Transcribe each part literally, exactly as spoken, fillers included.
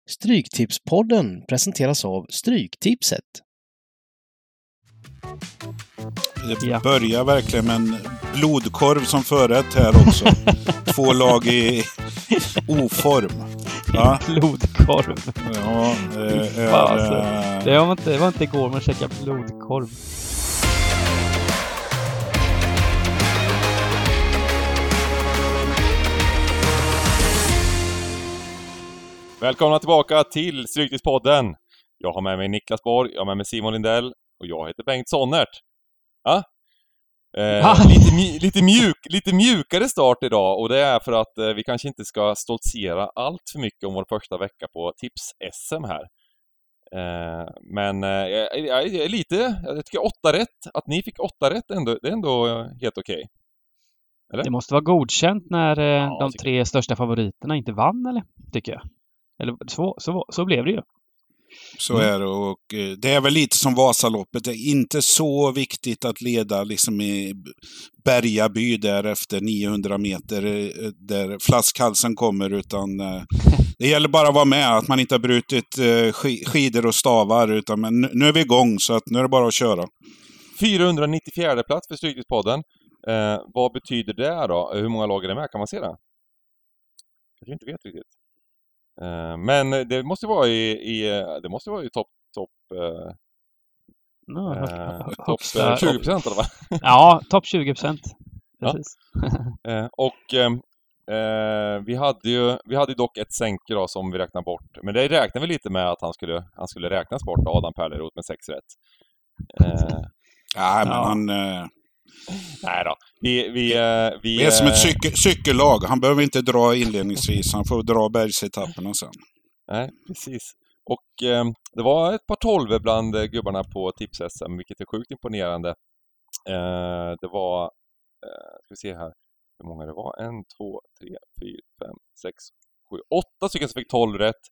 Stryktipspodden presenteras av Stryktipset. Det ja. börjar verkligen med en blodkorv som förrätt här också. Två lag i oform. Ja. Blodkorv. Ja, är, ja, alltså. det, var inte, det var inte igår man käkade blodkorv. Välkomna tillbaka till Stryktipspodden. Jag har med mig Niklas Borg, jag har med mig Simon Lindell och jag heter Bengt Sonnert. Ja? Eh, lite, mj- lite, mjuk, lite mjukare start idag, och det är för att eh, vi kanske inte ska stoltsera allt för mycket om vår första vecka på Tips-S M här. Eh, men eh, jag, jag är lite, jag tycker åtta rätt, att ni fick åtta rätt ändå, det är ändå helt okej. Eller? Det måste vara godkänt när eh, ja, de tre jag. största favoriterna inte vann, eller? Tycker jag. Eller så, så, så blev det ju. Så mm. är det, och det är väl lite som Vasaloppet. Det är inte så viktigt att leda liksom i Bergaby där efter niohundra meter där flaskhalsen kommer, utan det gäller bara att vara med, att man inte har brutit skidor och stavar, utan men nu är vi igång, så att nu är det bara att köra. fyrahundranittiofyra plats för Stryktipspodden. Eh, vad betyder det då? Hur många lag är det med? Kan man se det? Jag inte vet riktigt. Men det måste vara i, i det måste vara i topp top, uh, no, uh, top tjugo procent eller vad? Ja, topp tjugo procent. Precis. Ja. uh, och uh, vi hade ju vi hade dock ett sänke då som vi räknade bort. Men det räknade vi lite med att han skulle han skulle räknas bort, Adam Perleroth med sex rätt. Uh, ja, men ja. han uh... Nej då. Vi, vi, vi, det är som ett cykel, cykellag. Han behöver inte dra inledningsvis. Han får dra bergsetapperna sen. Nej, precis. Och eh, det var ett par tolv bland gubbarna på Tips-S M, vilket är sjukt imponerande. Eh, det var, eh, ska vi se här, hur många det var? En, två, tre, fyra, fem, sex, sju, åtta stycken som fick tolv rätt.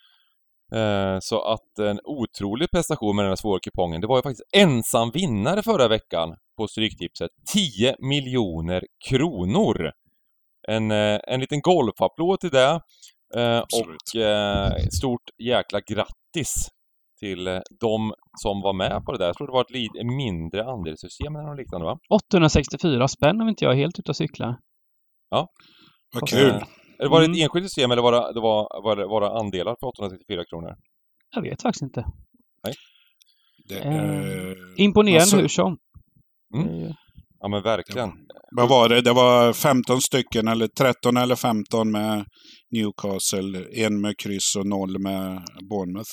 Eh, så att en otrolig prestation med den här svåra kupongen. Det var ju faktiskt ensam vinnare förra veckan på Stryktipset. tio miljoner kronor. En, eh, en liten golfapplåd till det. Eh, och eh, stort jäkla grattis till eh, de som var med på det där. Jag tror det var ett lite mindre andelssystem än något liknande, va? åttahundrasextiofyra spänn om inte jag är helt ute och cyklar. Ja. Vad kul. Eh, var det ett enskilt system eller var det, det var, var, det, var det andelar för åttahundrasextiofyra kronor? Jag vet faktiskt inte. Nej. Det, eh, imponerande alltså, hur som. Mm. Ja, men verkligen. Vad var det? Det var femton stycken, eller tretton eller femton med Newcastle, en med kryss och noll med Bournemouth.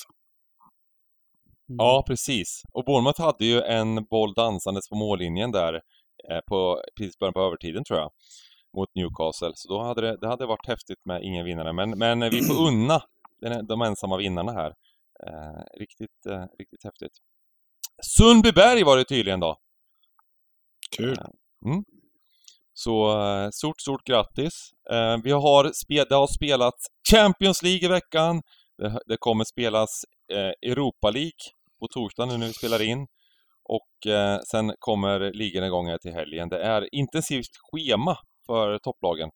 Mm. Ja, precis. Och Bournemouth hade ju en boll dansandes på mållinjen där eh, på precis början på övertiden, tror jag, mot Newcastle. Så då hade det, det hade varit häftigt med ingen vinnare. Men, men vi får unna den, de ensamma vinnarna här. Eh, riktigt, eh, riktigt häftigt. Sundbyberg var det tydligen då. Kul. Mm. Så stort, stort grattis. Eh, vi har spe- det har spelats Champions League i veckan. Det, det kommer spelas eh, Europa League på torsdag nu när vi spelar in. Och eh, sen kommer ligan igång här till helgen. Det är intensivt schema för topplagen.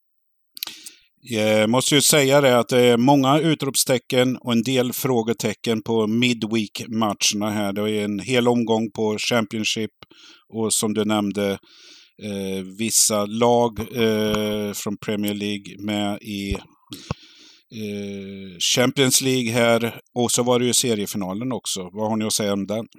Jag måste ju säga det att det är många utropstecken och en del frågetecken på midweek-matcherna här. Det är en hel omgång på Championship och som du nämnde eh, vissa lag eh, från Premier League med i eh, Champions League här. Och så var det ju seriefinalen också. Vad har ni att säga om den?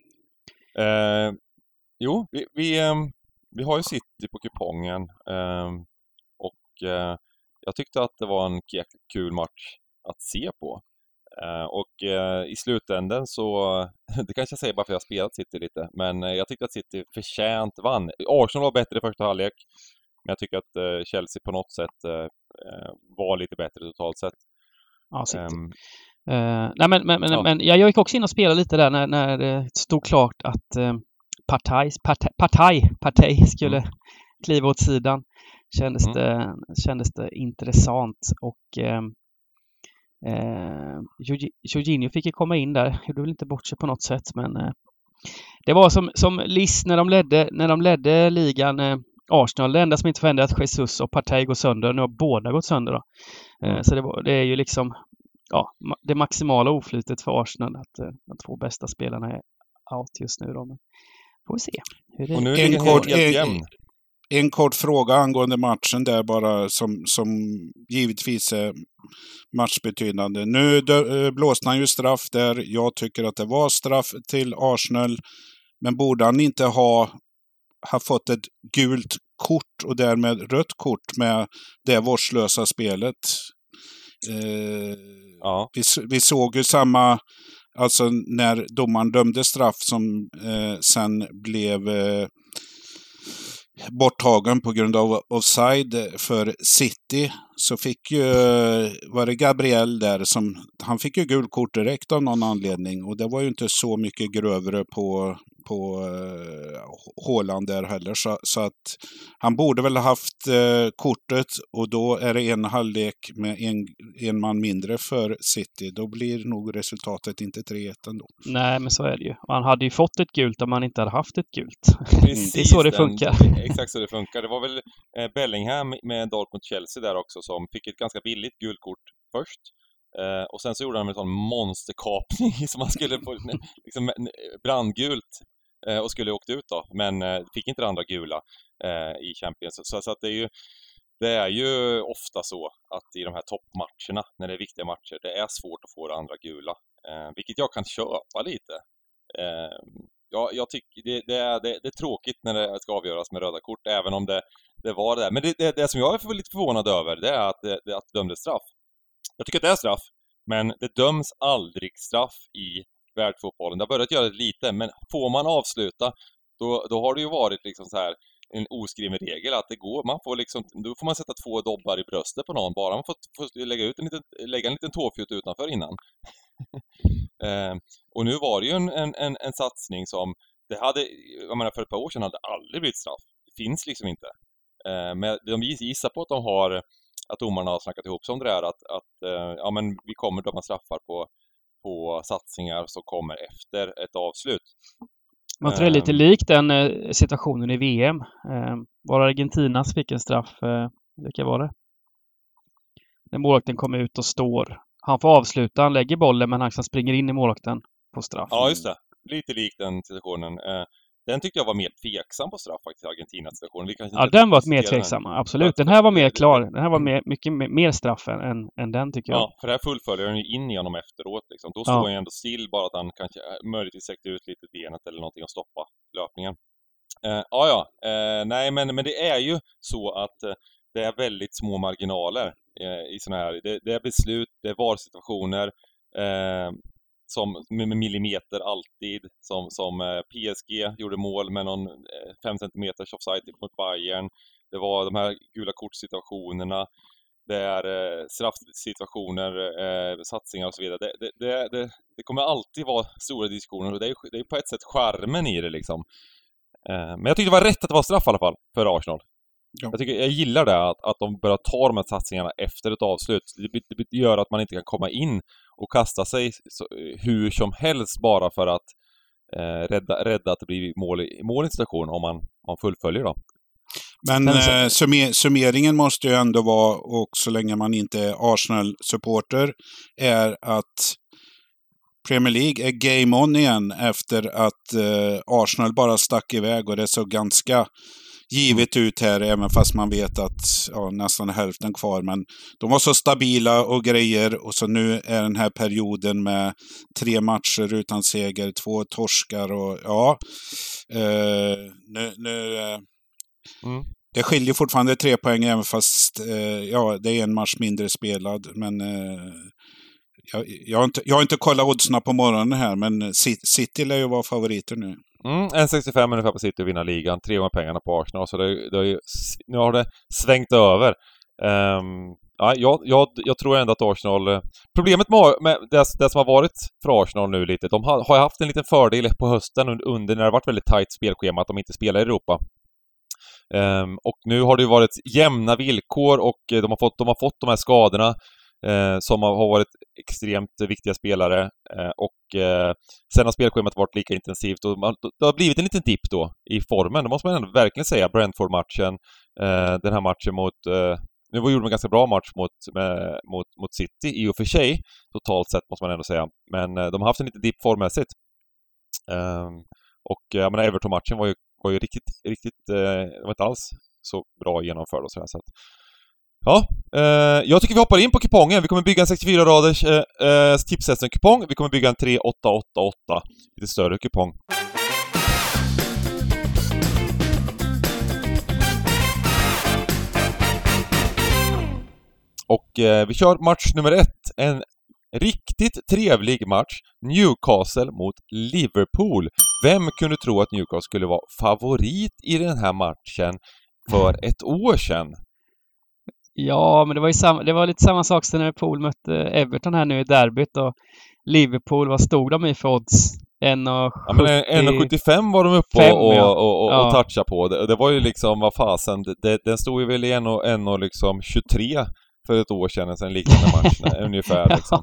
Eh, jo, vi, vi, eh, vi har ju City på kupongen eh, och eh, jag tyckte att det var en kul match att se på. Uh, och uh, i slutändan så, det kanske jag säger bara för att jag har spelat City lite, men uh, jag tyckte att City förtjänt vann. Arsenal var bättre i första halvlek, men jag tycker att uh, Chelsea på något sätt uh, uh, var lite bättre totalt sett. Ja, City. Um, uh, nej, men, men, ja. men jag gick också in och spelade lite där när, när det stod klart att uh, Partey, Partey, Partey, Partey skulle mm. kliva åt sidan. Kändes, mm. det, kändes det intressant och eh, eh, Jorginho fick ju komma in där. Gjorde väl inte bort sig på något sätt, men eh, det var som, som Liss när de ledde, när de ledde ligan eh, Arsenal. Det enda som inte förändrade att Jesus och Partey går sönder. Nu har båda gått sönder då. Eh, så det, var, det är ju liksom ja, det maximala oflytet för Arsenal att de två bästa spelarna är out just nu då. Men får vi se. Hur det Och nu är en, det kort, helt en, jämn. en kort fråga angående matchen där bara som, som givetvis är matchbetydande. Nu dö, blåste han ju straff där. Jag tycker att det var straff till Arsenal. Men borde han inte ha, ha fått ett gult kort och därmed rött kort med det vårdslösa spelet? Eh, ja. vi, vi såg ju samma, alltså när domaren dömde straff som eh, sen blev eh, borttagen på grund av offside för City, så fick ju, var det Gabriel där som, han fick ju gult kort direkt av någon anledning, och det var ju inte så mycket grövre på på eh, Haaland där heller, så, så att han borde väl ha haft eh, kortet, och då är det en halvlek med en, en man mindre för City. Då blir nog resultatet inte tre ett ändå. Nej, men så är det ju. Och han hade ju fått ett gult om han inte hade haft ett gult. Precis, det är så det funkar. Den, exakt så det funkar. Det var väl eh, Bellingham med Dortmund-Chelsea där också som fick ett ganska billigt gult kort först. Eh, och sen så gjorde han en sån monsterkapning som man skulle få liksom, brandgult eh, och skulle åkt ut då, men eh, fick inte det andra gula eh, i Champions. Så, så att det är ju det är ju ofta så att i de här toppmatcherna, när det är viktiga matcher, det är svårt att få det andra gula, eh, vilket jag kan köpa lite. Eh, ja, jag tycker det, det, är, det, det är tråkigt när det ska avgöras med röda kort, även om det, det var det där. Men det, det, det som jag är lite förvånad över, det är att det, det, att det dömdes straff. Jag tycker att det är straff, men det döms aldrig straff i världsfotbollen. Det har börjat göra det lite, men får man avsluta, då, då har det ju varit liksom så här en oskriven regel att det går, man får liksom, då får man sätta två dobbar i bröstet på någon, bara man får, får lägga, ut en liten, lägga en liten tåfjut utanför innan. eh, och nu var det ju en, en, en, en satsning som, det hade, jag menar för ett par år sedan hade det aldrig blivit straff. Det finns liksom inte. Eh, men de gissar på att de har, att domarna har snackat ihop som det är, att, att eh, ja men vi kommer döma straffar på, på satsningar som kommer efter ett avslut. Man tror det är lite likt den eh, situationen i V M. Eh, var Argentinas fick en straff, eh, vilka var det? När målvakten kommer ut och står. Han får avsluta, han lägger bollen, men han springer in i målvakten på straff. Ja, just det. Lite likt den situationen. Eh, den tyckte jag var mer tveksam på straff faktiskt, Argentinas-situationen. Ja, den var mer tveksam, absolut. Den här var mer klar. Den här var mer, mycket mer, mer straff än, än den, tycker jag. Ja, för det här fullföljer han ju in i honom efteråt. Liksom. Då står ja. han ju ändå still, bara att han kanske möjligtvis sträckte ut lite benet eller någonting och stoppa löpningen. Eh, ja, ja. Eh, nej, men, men det är ju så att eh, det är väldigt små marginaler eh, i såna här. Det, det är beslut, det är VAR-situationer. Eh, Som med millimeter alltid, som, som P S G gjorde mål med någon fem centimeters offside mot Bayern. Det var de här gula kortsituationerna, det är eh, straffsituationer, eh, satsningar och så vidare. Det, det, det, det, det kommer alltid vara stora diskussioner, och det är, det är på ett sätt skärmen i det liksom. Eh, men jag tycker det var rätt att det var straff i alla fall för Arsenal. Ja. Jag, tycker, jag gillar det, att, att de börjar ta de här satsningarna efter ett avslut. Det, det gör att man inte kan komma in och kasta sig så, hur som helst bara för att eh, rädda, rädda att det blir mål i målinstation om man, man fullföljer då. Men eh, summer, summeringen måste ju ändå vara, och så länge man inte är Arsenal-supporter, är att Premier League är game on igen efter att eh, Arsenal bara stack iväg, och det så ganska givet ut här, även fast man vet att ja, nästan hälften kvar. Men de var så stabila och grejer, och så nu är den här perioden med tre matcher utan seger, två torskar och ja, eh, nu, nu eh, mm. det skiljer fortfarande tre poäng, även fast eh, ja, det är en match mindre spelad. Men eh, jag, jag, har inte, jag har inte kollat oddsna på morgonen här, men City lär ju vara favoriter nu. Mm, en sextiofem ungefär på City att vinna ligan, tre gånger pengarna på Arsenal, så det, det har ju, nu har det svängt över. Um, ja, jag, jag, jag tror ändå att Arsenal, problemet med, med det, det som har varit för Arsenal nu lite, de har, har haft en liten fördel på hösten under när det har varit väldigt tajt spelschema, att de inte spelar i Europa. Um, och nu har det ju varit jämna villkor, och de har fått, de har fått de här skadorna Eh, som har varit extremt viktiga spelare, eh, och eh, sen har spelschemat varit lika intensivt, och man, det har blivit en liten dipp då i formen, det måste man ändå verkligen säga. Brentford-matchen, eh, den här matchen mot, eh, nu var gjorde de en ganska bra match mot, med, mot, mot City i och för sig, totalt sett måste man ändå säga. Men uh, de har haft en lite dipp formmässigt. Um, och jag menar, Everton-matchen var ju, var ju riktigt, riktigt, uh, det var inte alls så bra genomförd och sådär. Så att, ja, uh, jag tycker vi hoppar in på kupongen. Vi kommer bygga en sextiofyra raders uh, uh, tipshästen-kupong. Vi kommer bygga en tre åtta åtta åtta, lite större kupong. Och eh, vi kör match nummer ett. En riktigt trevlig match. Newcastle mot Liverpool. Vem kunde tro att Newcastle skulle vara favorit i den här matchen för ett år sedan? Ja, men det var ju samma, det var lite samma sak som när Liverpool mötte Everton här nu i derbyt. Och Liverpool, vad stod de i för odds? en komma sjuttio... Ja, men en komma sjuttiofem var de uppe fem, och, ja. och, och, Ja. och toucha på. Det, det var ju liksom, vad fasen, det, den stod ju väl i en komma liksom tjugotre för ett år sedan, en liknande match ungefär liksom.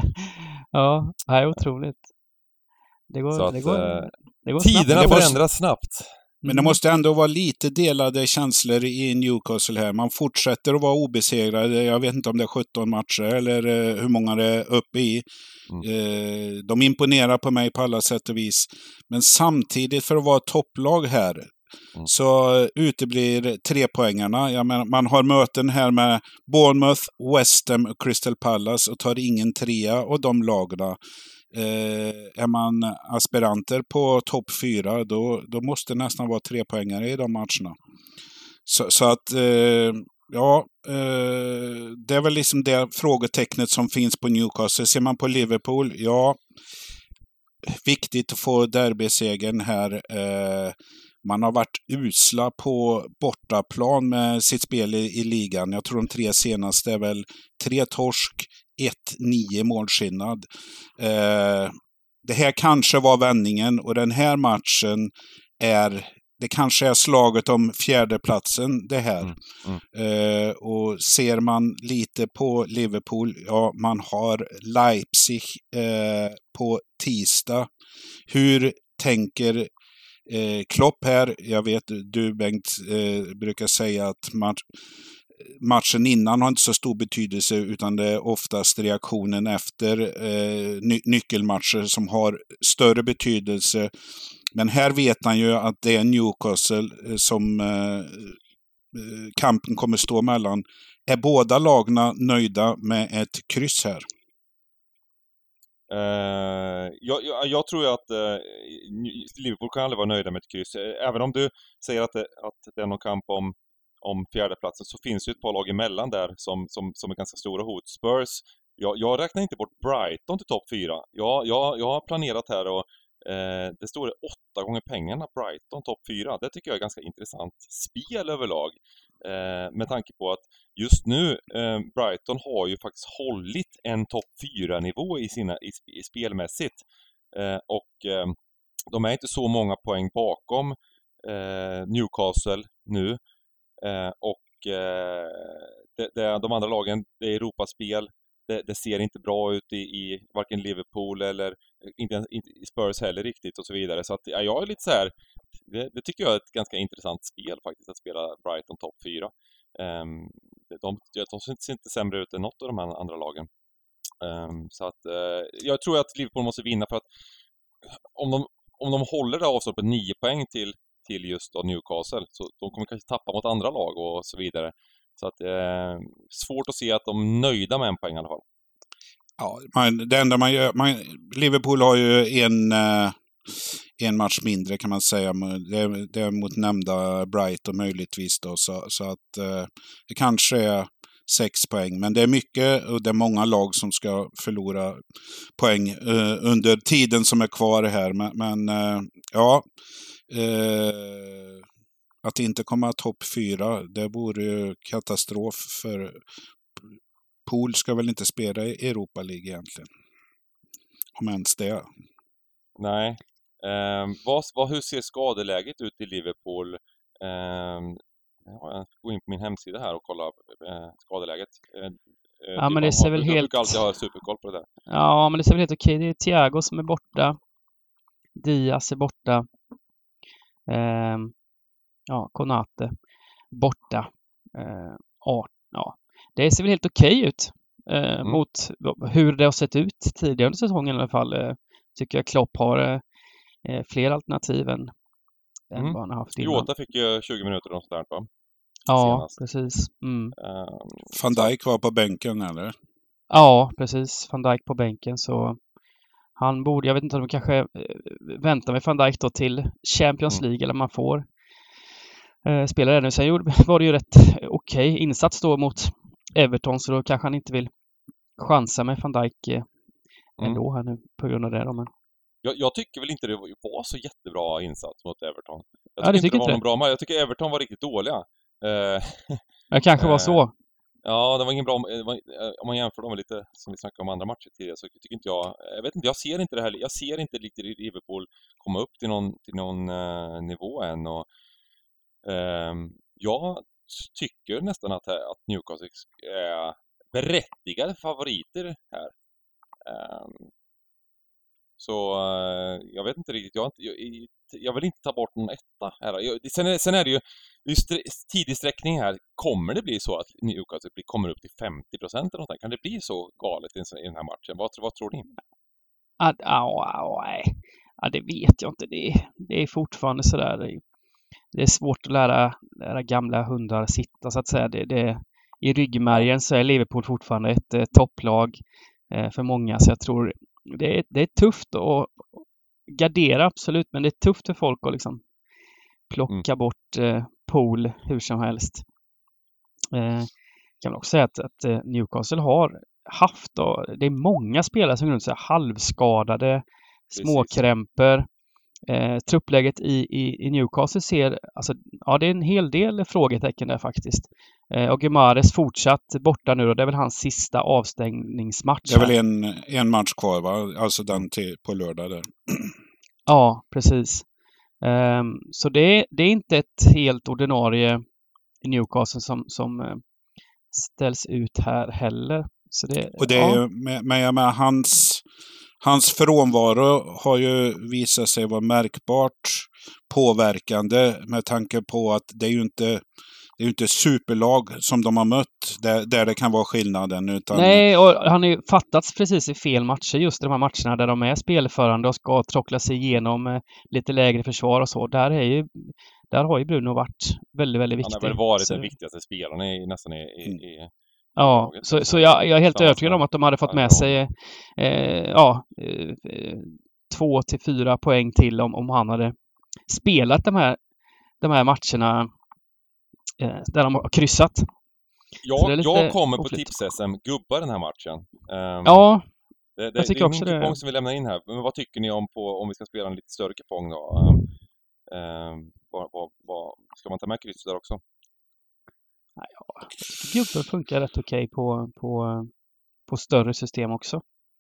Ja, det är otroligt. Det går, Så att, det går, eh, det går tiderna snabbt. förändras snabbt. Men det måste ändå vara lite delade känslor i Newcastle här. Man fortsätter att vara obesegrade. Jag vet inte om det är sjutton matcher eller eh, hur många det är uppe i. Mm. Eh, de imponerar på mig på alla sätt och vis. Men samtidigt, för att vara topplag här, mm. så uteblir trepoängarna. Jag menar, man har möten här med Bournemouth, West Ham och Crystal Palace och tar ingen trea, och de lagna. Eh, är man aspiranter på topp fyra, då, då måste det nästan vara tre poängare i de matcherna. Så, så att eh, ja, eh, det är väl liksom det frågetecknet som finns på Newcastle. Ser man på Liverpool, ja, viktigt att få derbysegern här. Eh, man har varit usla på bortaplan med sitt spel i, i ligan. Jag tror de tre senaste är väl tre torsk, ett nio målskillnad. Eh, det här kanske var vändningen, och den här matchen är, det kanske är slaget om fjärdeplatsen det här. Mm. Mm. Eh, och ser man lite på Liverpool, ja, man har Leipzig eh, på tisdag. Hur tänker eh, Klopp här? Jag vet, du Bengt eh, brukar säga att match matchen innan har inte så stor betydelse, utan det är oftast reaktionen efter eh, ny- nyckelmatcher som har större betydelse. Men här vet han ju att det är Newcastle eh, som eh, kampen kommer stå mellan. Är båda lagna nöjda med ett kryss här? Uh, jag, jag, jag tror ju att uh, Liverpool kan aldrig vara nöjda med ett kryss. Även om du säger att det, att det är någon kamp om om fjärdeplatsen, så finns ju ett par lag emellan där som, som, som är ganska stora hot. Spurs, jag, jag räknar inte bort Brighton till topp fyra. Jag, jag, jag har planerat här och eh, det står åtta gånger pengarna Brighton topp fyra. Det tycker jag är ganska intressant spel överlag. Eh, med tanke på att just nu eh, Brighton har ju faktiskt hållit en topp fyra nivå i sina i, i spelmässigt. Eh, och eh, de är inte så många poäng bakom eh, Newcastle nu. Eh, och eh, det, det, de andra lagen, det är Europaspel, det, det ser inte bra ut i, i varken Liverpool eller inte, inte i Spurs heller riktigt och så vidare. Så att, ja, jag är lite så här, det, det tycker jag är ett ganska intressant spel faktiskt, att spela Brighton topp fyra. Eh, de, de ser inte sämre ut än något av de här andra lagen. Eh, så att eh, jag tror att Liverpool måste vinna, för att om de, om de håller det avstånd på nio poäng till till just då Newcastle, så de kommer kanske tappa mot andra lag och så vidare. Så att eh, svårt att se att de är nöjda med en poäng i alla fall. Ja, man, det enda man gör, man, Liverpool har ju en, eh, en match mindre kan man säga. Det, det är mot nämnda Brighton möjligtvis då, så, så att eh, det kanske är sex poäng. Men det är mycket, och det är många lag som ska förlora poäng eh, under tiden som är kvar här. Men, men eh, ja, eh, att inte komma topp fyra, det vore ju katastrof, för Pool ska väl inte spela i Europa League egentligen. Om ens det. Nej. Eh, vad, vad, hur ser skadeläget ut i Liverpool? Eh, jag ska gå in på min hemsida här och kolla eh, skadeläget. Eh, ja, men det ser väl helt... Jag brukar alltid ha superkoll på det där. Ja, men det ser väl helt okej. Det är Thiago som är borta. Diaz är borta. Eh, ja, Konate borta. Eh, ja, det ser väl helt okej ut eh, Mm. mot hur det har sett ut tidigare under säsongen i alla fall. Eh, tycker jag Klopp har eh, fler alternativ än, Mm. än vad han har haft innan. Jota fick ju tjugo minuter och sånt där, va? Ja, senast. precis. Mm. Um, Van Dijk var på bänken, eller? Ja, precis. Van Dijk på bänken, så han borde, jag vet inte om de kanske eh, väntar med Van Dijk då till Champions Mm. League eller man får eh, spela det nu. Sen gjorde, var det ju rätt okej okay insats då mot Everton, så då kanske han inte vill chansa med Van Dijk eh, ändå Mm. här nu på grund av det då, men jag, jag tycker väl inte det var så jättebra insats mot Everton. Jag Ja, tycker du inte tycker det var inte någon bra match. Jag tycker Everton var riktigt dåliga. Eh, det kanske var Eh, så. ja, det var ingen bra... det var- eh, Om man jämför dem med lite, som vi snackade om andra matcher tidigare, så tycker inte jag... Jag vet inte, jag ser inte det här... Jag ser inte lite Liverpool komma upp till någon, till någon eh, nivå än. Och, ehm, jag tycker nästan att, att Newcastle är berättigade favoriter här. Ehm, så eh, jag vet inte riktigt, jag, har inte, jag, jag vill inte ta bort någon etta här. Jag, sen, är, sen är det ju, det är stre, tidig sträckning här. Kommer det bli så att Newcastle kommer upp till femtio procent eller något? Kan det bli så galet i, i den här matchen? Vad, vad tror ni? Ah, ah, ah, nej. Ja, det vet jag inte. Det, det är fortfarande sådär. Det, det är svårt att lära, lära gamla hundar sitta, så att säga. Det, det, I ryggmärgen så är Liverpool fortfarande ett eh, topplag eh, för många. Så jag tror det är, det är tufft att gardera, absolut. Men det är tufft för folk att liksom plocka mm. bort eh, Pool hur som helst. Eh, kan man också säga att, att eh, Newcastle har haft, och det är många spelare som går runt sig halvskadade, småkrämper. Eh, truppläget i, i, i Newcastle ser, alltså, ja, det är en hel del frågetecken där faktiskt. Eh, och Guimaraes fortsatt borta nu, och det är väl hans sista avstängningsmatch. Det är väl en, en match kvar, va? Alltså den till, på lördag där. Ja, precis. Eh, så det, det är inte ett helt ordinarie Newcastle som, som eh, ställs ut här heller. Så det, och det är ja. ju, med, med, med hans, hans frånvaro har ju visat sig vara märkbart påverkande, med tanke på att det är ju inte, det är ju inte superlag som de har mött där, där det kan vara skillnaden. Utan... Nej, och han har ju fattats precis i fel matcher, just i de här matcherna där de är spelförande och ska trockla sig igenom eh, lite lägre försvar och så. Där är ju Där har ju Bruno varit väldigt, väldigt viktig. Han har väl varit så... den viktigaste spelaren i, nästan i, i, i Ja, laget. så, så jag, jag är helt övertygad om att de hade fått med sig eh, ja, eh, två till fyra poäng till om, om han hade spelat de här, de här matcherna eh, där de har kryssat. Jag, jag kommer på Tips-S M gubbar den här matchen. Um, ja, det, det, jag tycker det är också min det. kupong som vi lämnar in här. Men vad tycker ni om, på, om vi ska spela en lite större kupong då? Um, um, vad, vad, vad, ska man ta med krysset där också? Ja, gubbar funkar rätt okej på, på, på större system också.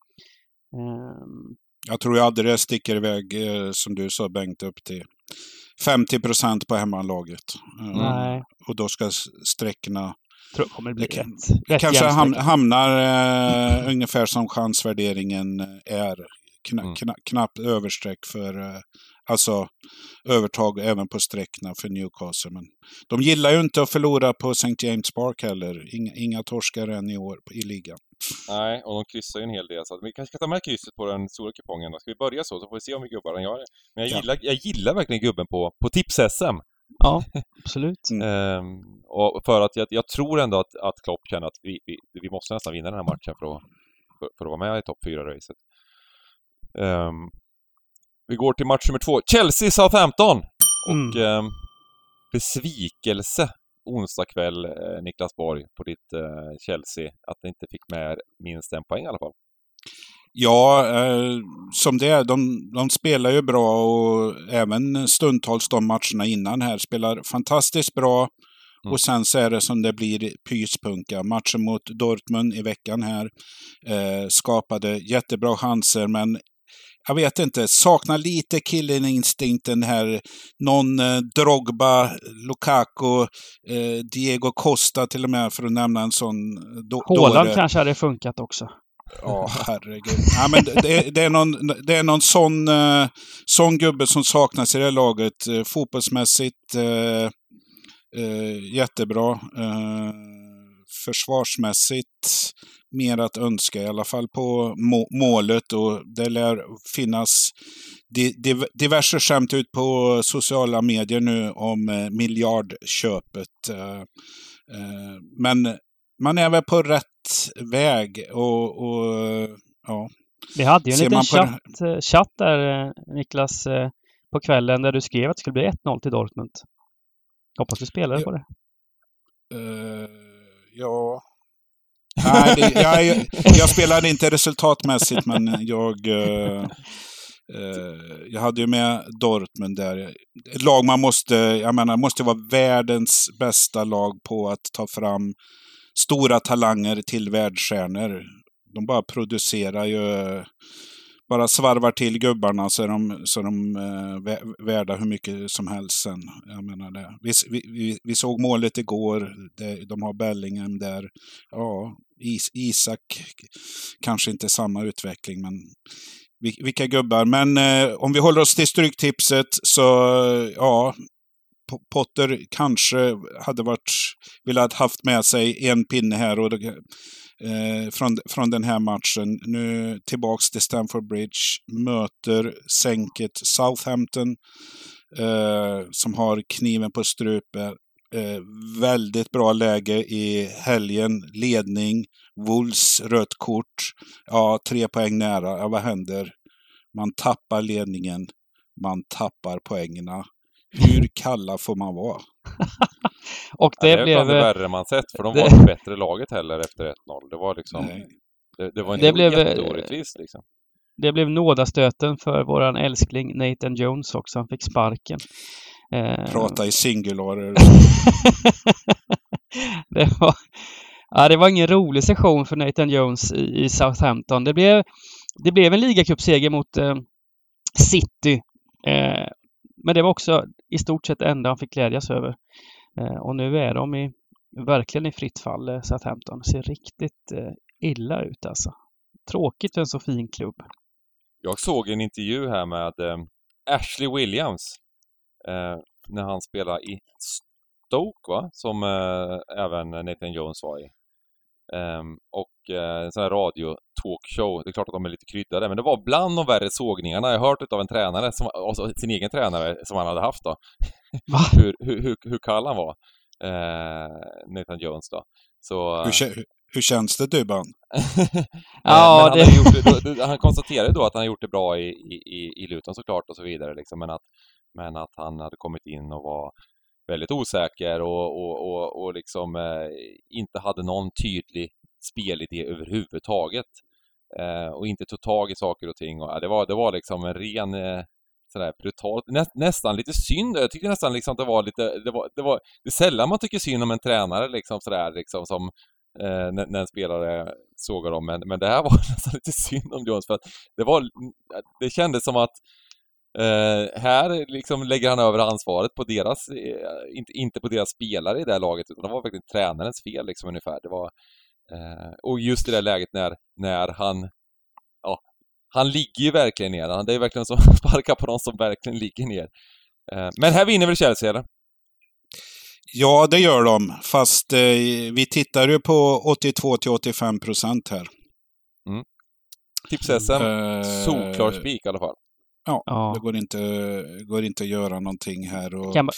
Um, jag tror jag aldrig det sticker iväg, eh, som du sa Bengt, upp till femtio procent på hemmalaget. Uh, nej. Och då ska sträckorna... tror jag kommer det bli det rätt, rätt kanske ham, hamnar eh, ungefär som chansvärderingen är. Kna, mm. kna, knappt översträck för... Eh, alltså övertag även på sträckna för Newcastle. Men de gillar ju inte att förlora på Saint James Park heller. Inga, inga torskar än i år i ligan. Nej, och de kryssar ju en hel del. Så vi kanske ska ta med krysset på den stora kupongen. Ska vi börja så, så får vi se om vi gubbar den gör det. Men jag, ja. gillar, jag gillar verkligen gubben på, på Tips-S M. Ja, absolut. Mm. Ehm, och för att jag, jag tror ändå att, att Klopp känner att vi, vi, vi måste nästan vinna den här matchen för att, för, för att vara med i topp fyra-racet. Ehm, vi går till match nummer två. Chelsea-Southampton! Och mm. eh, besvikelse onsdag kväll, eh, Niklas Borg, på ditt eh, Chelsea. Att det inte fick med minst en poäng i alla fall. Ja, eh, som det är. De, de spelar ju bra, och även stundtals de matcherna innan här spelar fantastiskt bra. Mm. Och sen så är det som det blir pyspunka. Matchen mot Dortmund i veckan här eh, skapade jättebra chanser, men jag vet inte, saknar lite killinstinkten här. Någon eh, Drogba, Lukaku, eh, Diego Costa till och med, för att nämna en sån. Do- Haaland dåre. Kanske hade funkat också. Ja, herregud. Ja, men det, det, är någon, det är någon sån, uh, sån gubbe som saknas i det här laget. Uh, fotbollsmässigt uh, uh, jättebra. Uh, försvarsmässigt mer att önska, i alla fall på må- målet. Och det lär finnas di- div- diverse skämt ut på sociala medier nu om eh, miljardköpet. Eh, eh, men man är väl på rätt väg och, och ja. Vi hade ju en Ser liten man på chatt, eh, chatt där, eh, Niklas, eh, på kvällen där du skrev att det skulle bli ett noll till Dortmund. Hoppas du spelade Ja. på det. Uh, ja... Nej, det, jag, jag, jag spelade inte resultatmässigt, men jag... Uh, uh, jag hade ju med Dortmund där. Ett lag man måste... Jag menar, måste vara världens bästa lag på att ta fram stora talanger till världsstjärnor. De bara producerar ju... Bara svarvar till gubbarna så är de, så är de uh, värda hur mycket som helst sen. Jag menar det. Vi, vi, vi såg målet igår. Det, de har Bellingham där. Ja, Is, Isak kanske inte samma utveckling, men vilka gubbar. Men uh, om vi håller oss till stryktipset så ja, Potter kanske hade varit velat haft med sig en pinne här och det, Eh, från, från den här matchen. Nu tillbaks till Stamford Bridge. Möter sänket Southampton eh, som har kniven på strupen. Eh, väldigt bra läge i helgen. Ledning. Wolves rött kort. Ja, tre poäng nära. Ja, vad händer? Man tappar ledningen. Man tappar poängerna. Hur kalla får man vara? Och det, ja, det är blev bland det värre man sett, för de det, var inte bättre laget heller efter ett noll. Det var liksom... Nej. Det, det var det inte blev, jätteorättvist liksom. Det blev nådastöten för våran älskling Nathan Jones också. Han fick sparken. Prata i singularer. det, var, ja, det var ingen rolig session för Nathan Jones i, i Southampton. Det blev, det blev en ligacupseger mot eh, City. Eh, men det var också i stort sett det enda han fick glädjas över. Eh, och nu är de i, verkligen i fritt fall, eh, Southampton. Det ser riktigt eh, illa ut alltså. Tråkigt för en så fin klubb. Jag såg en intervju här med eh, Ashley Williams eh, när han spelar i Stoke, va? Som eh, även Nathan Jones var i. Um, och uh, en sån här radio-talkshow. Det är klart att de är lite kryddade, men det var bland de värre sågningarna jag hört av en tränare, som, alltså sin egen tränare som han hade haft då. hur, hur, hur, hur kall han var, uh, Nathan Jones då. Så, hur, hur, hur känns det, Dybban? ja, han, det... gjort det, då, han konstaterade då att han hade gjort det bra i, i, i Luton såklart och så vidare liksom, men, att, men att han hade kommit in och var väldigt osäker och, och, och, och liksom eh, inte hade någon tydlig spelidé överhuvudtaget. Eh, och inte tog tag i saker och ting. Och, ja, det, var, det var liksom en ren eh, sådär brutalt, nä, nästan lite synd. Jag tycker nästan liksom att det var lite, det var, det var det är sällan man tycker synd om en tränare liksom sådär liksom som eh, när, när en spelare sågar dem. Men, men det här var nästan lite synd om Jones, för att det var, det kändes som att Uh, här liksom lägger han över ansvaret på deras, uh, inte, inte på deras spelare i det här laget, utan det var verkligen tränarens fel liksom ungefär. Det var, uh, och just i det läget när, när han ja, han ligger ju verkligen ner. Det är verkligen så att sparka på någon som verkligen ligger ner. Uh, men här vinner väl Chelsea, eller? Ja, det gör de. Fast eh, vi tittar ju på åttiotvå till åttiofem procent här. Mm. Tips-S M, uh, solklar spik i alla fall. Ja, ja, det går inte, går inte att göra någonting här. Och, kan ba...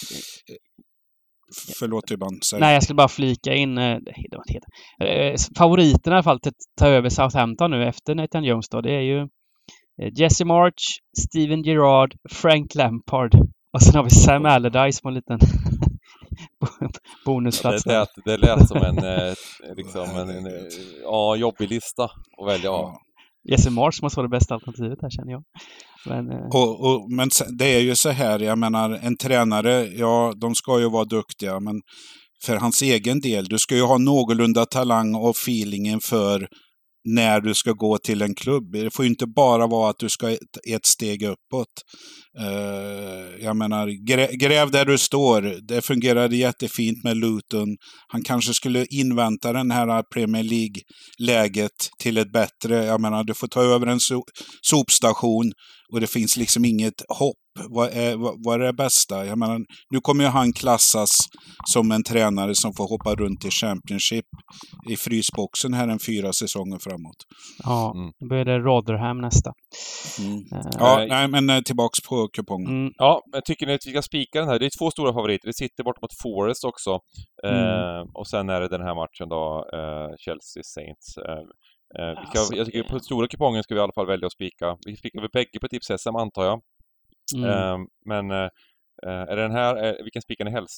Förlåt, Dybban. Nej, jag skulle bara flika in eh, favoriterna i alla fall till att ta över Southampton nu efter Nathan Jones då. Det är ju Jesse March, Steven Gerrard, Frank Lampard och sen har vi Sam Allardyce på en liten bonusplats. Ja, det, lät, det lät som en, liksom en, en ja, jobbig lista att välja av. Ja. Jesse March måste vara det bästa alternativet här, känner jag. Men, eh... och, och, men det är ju så här, jag menar, en tränare, ja, de ska ju vara duktiga, men för hans egen del, du ska ju ha någorlunda talang och feelingen för när du ska gå till en klubb. Det får ju inte bara vara att du ska ett, ett steg uppåt. Uh, jag menar, grä, gräv där du står. Det fungerade jättefint med Luton. Han kanske skulle invänta den här Premier League-läget till ett bättre. Jag menar, du får ta över en so- sopstation och det finns liksom inget hopp. Vad är, vad, vad är det bästa? Jag menar, nu kommer ju han klassas som en tränare som får hoppa runt i Championship i frysboxen här en fyra säsonger framåt. Ja, Mm. då blir det Rotherham nästa. Mm. Uh, Ja, nej, men tillbaks på kupongen. mm, Ja, men tycker ni att vi ska spika den här? Det är två stora favoriter. Det sitter bort mot Forest också. Mm. Eh, och sen är det den här matchen då, eh, Chelsea Saints. Eh, eh, vi ska, Alltså, jag tycker det- på stora kupongen ska vi i alla fall välja att spika. Vi spikar väl bägge på tips S M antar jag. mm. Eh, men eh, är det den här, eh, vilken spikar ni helst?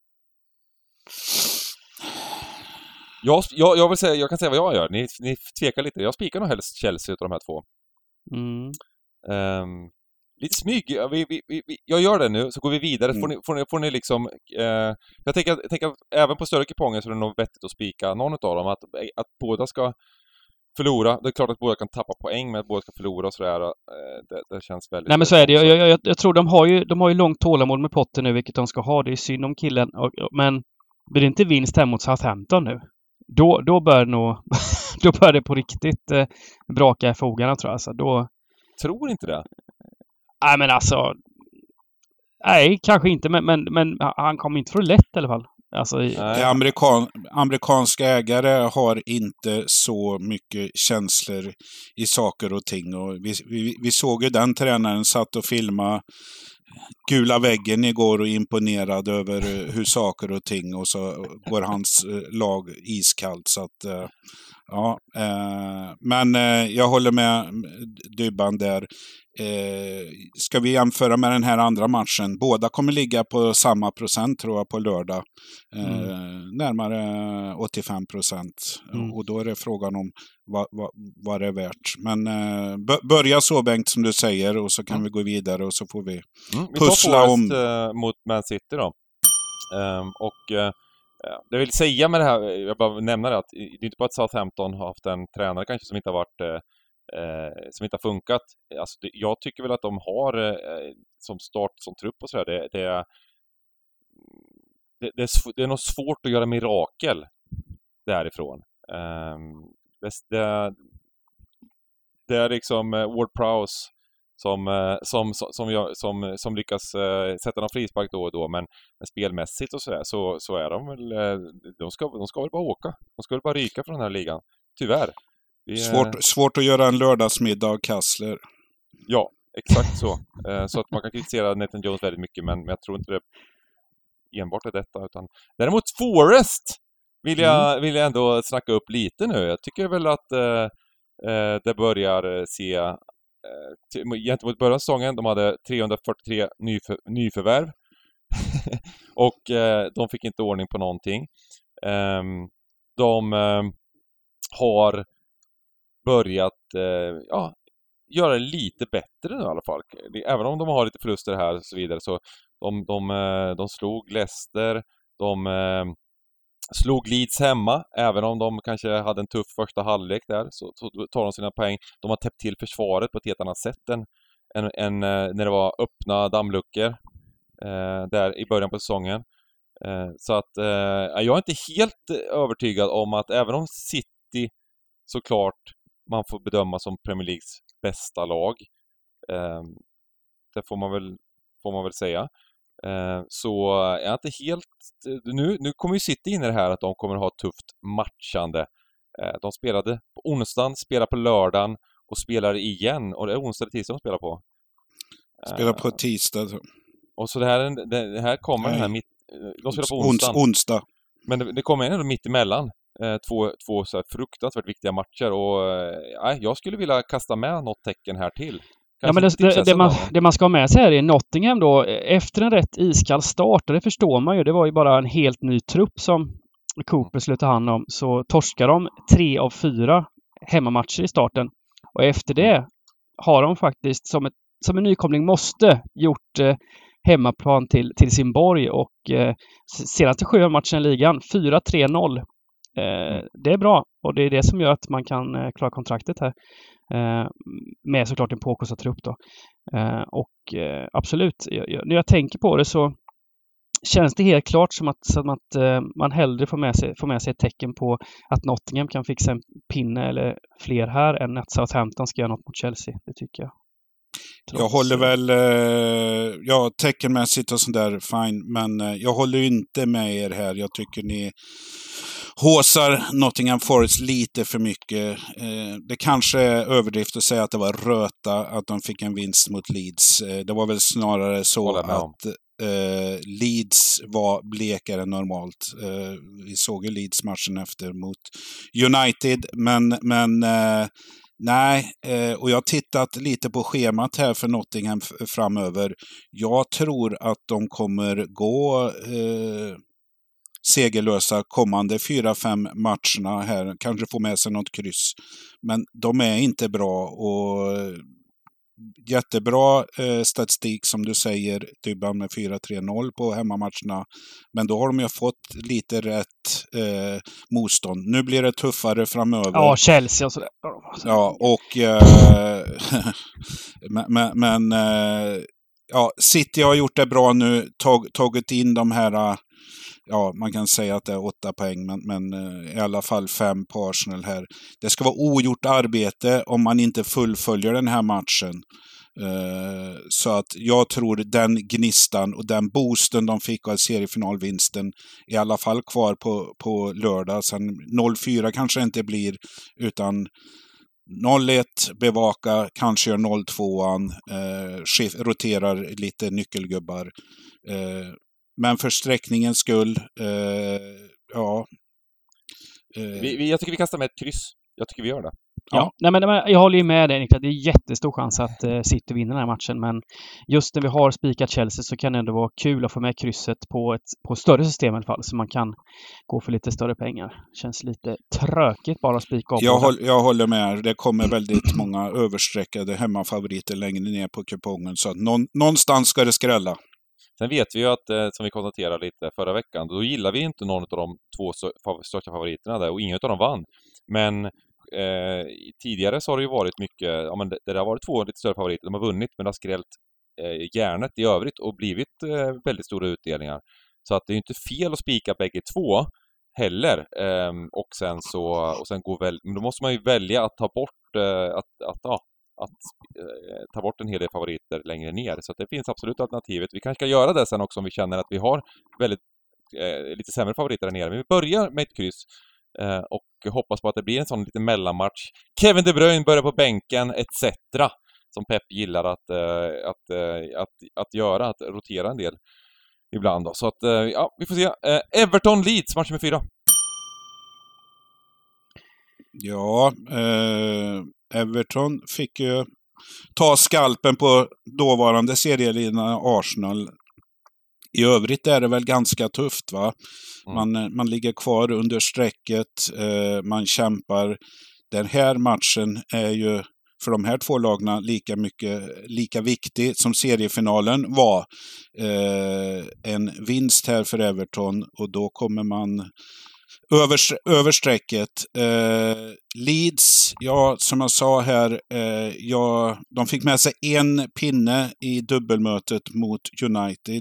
Jag, jag, jag vill säga, jag kan säga vad jag gör. Ni, ni tvekar lite. Jag spikar nog helst Chelsea utav de här två. Mm. Um, lite smyg. Ja, Vi, vi, vi, jag gör det nu, så går vi vidare. Mm. Får, ni, får, ni, får ni liksom... Eh, jag tänker, jag tänker att även på större kuponger så är det nog vettigt att spika någon av dem. Att, att båda ska förlora. Det är klart att båda kan tappa poäng, men att båda ska förlora och sådär. Eh, det, det känns väldigt... Nej men så är det. Jag, jag, jag, jag tror de har ju de har ju långt tålamod med Potter nu, vilket de ska ha. Det är synd om killen. Och, och, men blir det inte vinst här mot Southampton nu, då, då bör det nog då bör det på riktigt eh, braka i fogarna tror jag. Alltså, då, Tror inte det. nej men alltså, nej kanske inte, men, men, men han kommer inte få det lätt i alla fall. Alltså, i, Nej. Amerikan, amerikanska ägare har inte så mycket känslor i saker och ting. Och vi, vi, vi såg ju den tränaren satt och filmade gula väggen igår och imponerad över hur saker och ting, och så går hans lag iskallt. Så att, ja, eh, men eh, jag håller med Dybban där. Eh, ska vi jämföra med den här andra matchen? Båda kommer ligga på samma procent tror jag på lördag. Eh, Mm. Närmare åttiofem procent. Mm. Och då är det frågan om vad, vad, vad det är värt. Men eh, b- börja så Bengt som du säger, och så kan Mm. vi gå vidare och så får vi Mm, vi pussla tar Forest om. eh, mot Man City då. Ehm, och eh, det jag vill säga med det här, jag bara nämna det, att det är inte bara att Southampton har haft en tränare kanske som inte har varit eh, eh, som inte har funkat. Alltså, det, jag tycker väl att de har eh, som start, som trupp och sådär, det, det, är- det, det, är sv- det är nog svårt att göra mirakel därifrån. Ehm, det, det, det är liksom eh, Ward Prowse som, eh, som, som, som, jag, som, som lyckas eh, sätta någon frispark då och då, men, men spelmässigt och sådär så, så är de väl, eh, de ska, de ska väl bara åka. De ska väl bara ryka från den här ligan. Tyvärr. Vi, eh, Svårt, svårt att göra en lördagsmiddag av Kassler. Ja, exakt så. Eh, så att man kan kritisera Nathan Jones väldigt mycket, men, men jag tror inte det enbart är detta, utan däremot Forest vill jag, vill jag ändå snacka upp lite nu. Jag tycker väl att eh, eh, det börjar se eh, till- gentemot början av säsongen, de hade trehundrafyrtiotre nyför, nyförvärv och eh, de fick inte ordning på någonting. Ehm, de eh, har börjat eh, ja, göra det lite bättre nu i alla fall. Även om de har lite förluster här och så vidare, så de, de, eh, de slog Leicester, de eh, slog Leeds hemma, även om de kanske hade en tuff första halvlek där, så, så tar de sina poäng. De har täppt till försvaret på ett helt annat sätt än, än, än eh, när det var öppna dammluckor eh, där i början på säsongen. Eh, så att eh, jag är inte helt övertygad om att, även om City såklart man får bedöma som Premier Leagues bästa lag, eh, det får man väl, får man väl säga, eh, så är jag inte helt... Nu, nu kommer ju City in i det här att de kommer ha ett tufft matchande. Eh, de spelade på onsdagen, spelar på lördagen och spelar igen, och det är onsdag och tisdag de spelar på. Spelar på Eh, tisdag. och så det här, det, det här kommer den här Nej. mitt... De spelar på Ons, onsdagen. onsdag. Men det, det kommer ändå mitt emellan. Eh, två två så här fruktansvärt viktiga matcher, och eh, jag skulle vilja kasta med något tecken här till. Ja, men det, det, det, man, det man ska ha med sig här är Nottingham då, efter en rätt iskall start, och det förstår man ju, det var ju bara en helt ny trupp som Cooper skulle ta hand om, så torskar de tre av fyra hemmamatcher i starten. Och efter det har de faktiskt, som, ett, som en nykomling måste, gjort eh, hemmaplan till, till sin borg, och eh, senaste sju matchen i ligan, fyra tre noll. Eh, det är bra, och det är det som gör att man kan eh, klara kontraktet här. Eh, med såklart en påkostad trupp då. Eh, och eh, absolut, jag, jag, när jag tänker på det så känns det helt klart som att, som att eh, man hellre får med, sig, får med sig ett tecken på att Nottingham kan fixa en pinne eller fler här än att Southampton ska göra något mot Chelsea. Det tycker jag. Trots, jag håller väl, eh, ja, teckenmässigt och sådär, fine. Men eh, jag håller inte med er här. Jag tycker ni håsar Nottingham Forest lite för mycket. Eh, det kanske är överdrift att säga att det var röta att de fick en vinst mot Leeds. Eh, det var väl snarare så att eh, Leeds var blekare än normalt. Eh, vi såg ju Leeds-matchen efter mot United, men, men eh, nej, eh, och jag har tittat lite på schemat här för Nottingham f- framöver. Jag tror att de kommer gå eh, segerlösa kommande fyra, fem matcherna här. Kanske få med sig något kryss. Men de är inte bra och jättebra eh, statistik som du säger, Dybban med fyra tre noll på hemmamatcherna. Men då har de ju fått lite rätt eh, motstånd. Nu blir det tuffare framöver. Ja, Chelsea och sådär. Ja, och eh, men, men eh, ja, City har gjort det bra nu, tag, tagit in de här, ja, man kan säga att det är åtta poäng, men, men i alla fall fem på Arsenal här. Det ska vara ogjort arbete om man inte fullföljer den här matchen. Uh, så att jag tror den gnistan och den boosten de fick av seriefinalvinsten i alla fall kvar på, på lördag. Sen noll fyra kanske inte blir, utan noll ett bevaka, kanske gör noll tvåan, uh, roterar lite nyckelgubbar. Uh, Men för sträckningens skull, eh, ja. Eh. Vi, vi, jag tycker vi kastar med ett kryss. Jag tycker vi gör det. Ja, ja. Nej, men, jag håller ju med dig, Niklas. Det är jättestor chans att eh, City vinner den här matchen. Men just när vi har spikat Chelsea så kan det ändå vara kul att få med krysset på ett på större system i alla fall. Så man kan gå för lite större pengar. Känns lite trökigt bara att spika av. Jag, håll, jag håller med. Det kommer väldigt många översträckade hemmafavoriter längre ner på kupongen. Så att någon, någonstans ska det skrälla. Sen vet vi ju att, som vi konstaterade lite förra veckan, då gillar vi inte någon av de två största favoriterna där och ingen av dem vann. Men eh, tidigare så har det ju varit mycket, ja men det, det har varit två lite större favoriter, de har vunnit men det har skrällt eh, järnet i övrigt och blivit eh, väldigt stora utdelningar. Så att det är ju inte fel att spika bägge två heller. Eh, och sen så, och sen går väl, men då måste man ju välja att ta bort, eh, att, att ja, att eh, ta bort en hel del favoriter längre ner. Så att det finns absolut alternativet. Vi kanske ska göra det sen också om vi känner att vi har väldigt eh, lite sämre favoriter där nere. Men vi börjar med ett kryss eh, och hoppas på att det blir en sån liten mellanmatch. Kevin De Bruyne börjar på bänken et cetera. Som Pep gillar att, eh, att, eh, att, att göra, att rotera en del ibland då. Så att, eh, ja, vi får se. Eh, Everton Leeds, match nummer fyra. Ja, eh, Everton fick ju ta skalpen på dåvarande serieledarna Arsenal. I övrigt är det väl ganska tufft, va? Man, mm. man ligger kvar under strecket, eh, man kämpar. Den här matchen är ju för de här två lagna lika mycket, lika viktig som seriefinalen var. Eh, en vinst här för Everton och då kommer man Över, över strecket. Eh, Leeds, ja, som jag sa här, eh, ja, de fick med sig en pinne i dubbelmötet mot United.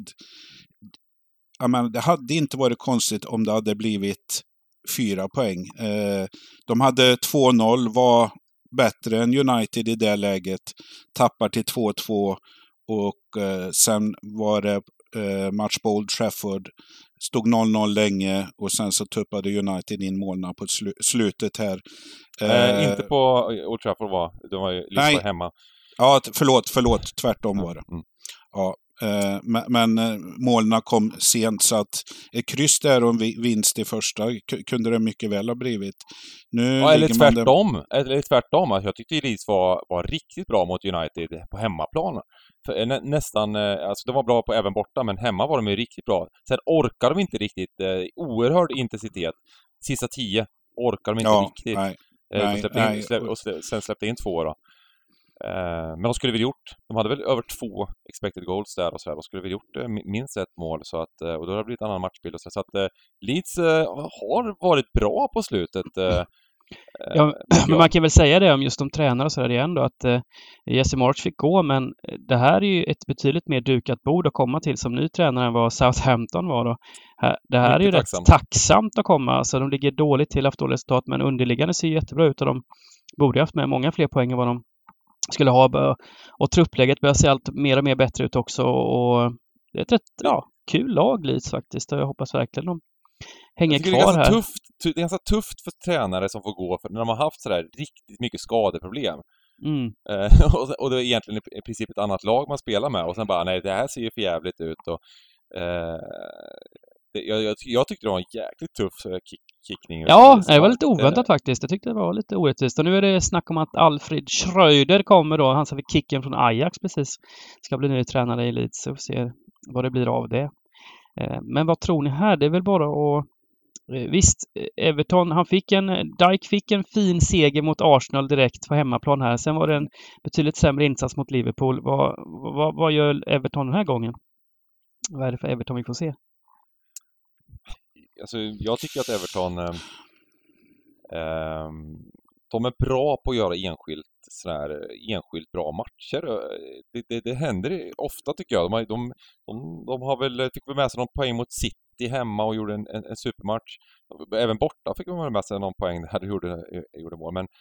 Jag menar, det hade inte varit konstigt om det hade blivit fyra poäng. Eh, de hade två noll, var bättre än United i det läget. Tappar till två två och eh, sen var det eh, match på Old Trafford. Stod noll noll länge och sen så tuppade United in målna på slu- slutet här. Eh, eh, inte på Old Trafford var, de var ju lite hemma. Ja, förlåt, förlåt, tvärtom var det. Mm. Ja, eh, men, men eh, målna kom sent så att ett kryss där och en vinst i första k- kunde det mycket väl ha blivit. Nu ja, eller tvärtom, där... eller tvärtom. Alltså, jag tyckte Leeds var, var riktigt bra mot United på hemmaplan. För, nä, nästan, alltså de var bra på även borta, men hemma var de ju riktigt bra. Sen orkar de inte riktigt, eh, oerhörd intensitet. Sista tio orkar de inte ja, riktigt. Nej, eh, nej, släppte nej. In, släpp, och slä, sen släppte in två då. Eh, men de skulle väl gjort, de hade väl över två expected goals där och så här. De skulle väl gjort eh, minst ett mål så att, eh, och då har det blivit en annan matchbild och så, så att eh, Leeds eh, har varit bra på slutet. Eh, Ja, men man kan väl säga det om just de tränare och så där igen då, att eh, Jesse March fick gå, men det här är ju ett betydligt mer dukat bord att komma till som ny tränare än vad Southampton var då. Det här är ju tacksamt. rätt tacksamt att komma, alltså de ligger dåligt till, haft dåligt resultat, men underliggande ser jättebra ut och de borde haft med många fler poäng än vad de skulle ha. Och truppläget börjar se allt mer och mer bättre ut också. Och det är ett rätt ja, kul lag Leeds faktiskt. Och jag hoppas verkligen de hänger kvar det är här. Tufft, det är ganska tufft för tränare som får gå för när de har haft sådär riktigt mycket skadeproblem. Mm. Eh, och, och det är egentligen i princip ett annat lag man spelar med. Och sen bara, nej det här ser ju för jävligt ut. Och, eh, det, jag, jag, jag tyckte det var en jäkligt tuff kick, kickning. Ja, det var lite oväntat faktiskt. Jag tyckte det var lite orättvist. Och nu är det snack om att Alfred Schröder kommer då. Han som fick kicken från Ajax precis. Ska bli ny tränare i Leeds och se vad det blir av det. Eh, men vad tror ni här? Det är väl bara att visst, Everton, han fick en, Dijk fick en fin seger mot Arsenal direkt på hemmaplan här. Sen var det en betydligt sämre insats mot Liverpool. Vad, vad, vad gör Everton den här gången? Vad är det för Everton vi får se? Alltså, jag tycker att Everton eh, eh, de är bra på att göra enskilt, sådär, enskilt bra matcher. Det, det, det händer ofta tycker jag. De, har, de, de, de har väl, fick väl med sig någon poäng mot City hemma och gjorde en, en, en supermatch. Även borta fick de med sig någon poäng där de gjorde, gjorde mål. Men,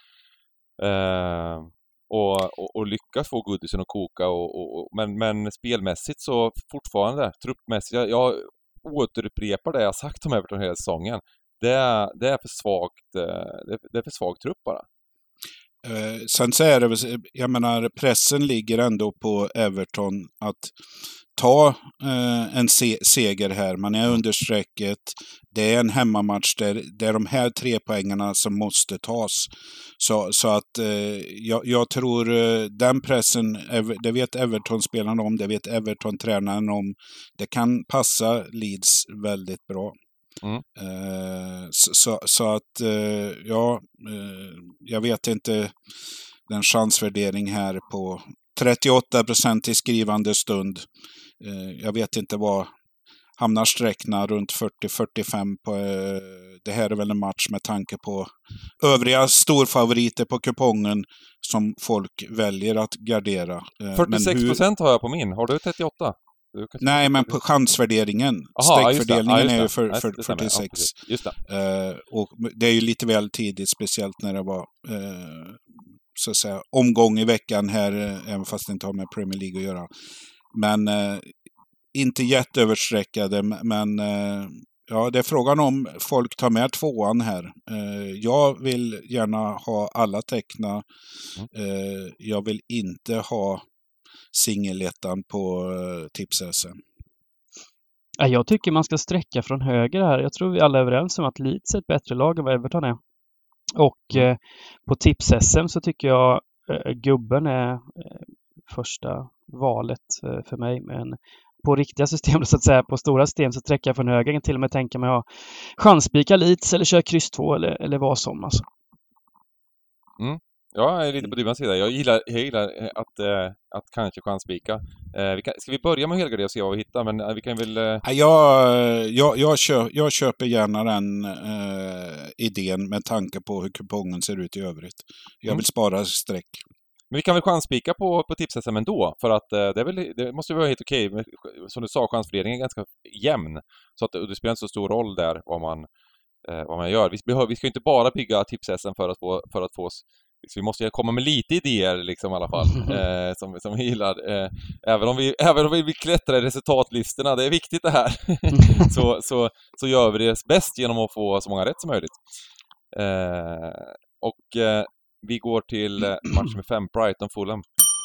eh, och, och, och lyckas få Goodison att koka. Och, och, men, men spelmässigt så fortfarande, truppmässigt, jag, jag återupprepar det jag sagt om Everton hela säsongen. Det är, det är för svagt, det är för svag trupp bara. Eh, sen så är det, jag menar, pressen ligger ändå på Everton att ta eh, en se- seger här. Man är under strecket. Det är en hemmamatch där det är de här tre poängarna som måste tas. Så, så att eh, jag, jag tror eh, den pressen, det vet Everton-spelarna om, det vet Everton-tränaren om. Det kan passa Leeds väldigt bra. Mm. Eh, så, så, så att eh, ja, eh, jag vet inte den chansvärdering här på trettioåtta procent i skrivande stund. Eh, jag vet inte vad hamnar sträckna runt fyrtio till fyrtiofem på, eh, det här är väl en match med tanke på övriga storfavoriter på kupongen som folk väljer att gardera. Eh, fyrtiosex procent hur... har jag på min. Har du trettioåtta? Nej, men på chansvärderingen. Streckfördelningen ja, är ju för, för ja, fyrtiosex. Ja, just det. Uh, och det är ju lite väl tidigt, speciellt när det var uh, så att säga, omgång i veckan här, uh, även fast det inte har med Premier League att göra. Men uh, inte jätteöversträckade, men uh, ja, det är frågan om folk tar med tvåan här. Uh, jag vill gärna ha alla teckna. Uh, jag vill inte ha singelettan på uh, tips-S M. Ja, jag tycker man ska sträcka från höger här. Jag tror vi alla är överens om att Leeds är ett bättre lag än vad Everton är. Och mm. eh, på tips-S M så tycker jag eh, gubben är eh, första valet eh, för mig. Men på riktiga system så att säga, på stora system så sträcker jag från höger. Jag kan till och med tänka mig att ha chansspika Leeds eller köra kryss två eller, eller vad som alltså. Mm. Ja, jag är lite på Dybans sida. Jag gillar, jag gillar att, äh, att kanske chansspika. Äh, vi kan, ska vi börja med helgardera och se vad vi hittar? Men äh, vi kan väl... Äh... Jag, jag, jag, köp, jag köper gärna den äh, idén med tanke på hur kupongen ser ut i övrigt. Jag mm. vill spara streck. Men vi kan väl chansspika på, på tips-S M ändå? För att äh, det, är väl, det måste ju vara helt okej. Okay. Som du sa, chansfördelningen är ganska jämn. Så att det, det spelar inte så stor roll där vad man, äh, vad man gör. Vi, behöver, vi ska inte bara bygga tips-S M för att få, för att få oss... Så vi måste komma med lite idéer liksom i alla fall eh, som, som vi gillar. Eh, även, om vi, även om vi vill klättra i resultatlistorna, det är viktigt det här. så, så, så gör vi det bäst genom att få så många rätt som möjligt. Eh, och eh, vi går till match med fem, Brighton-Fulham.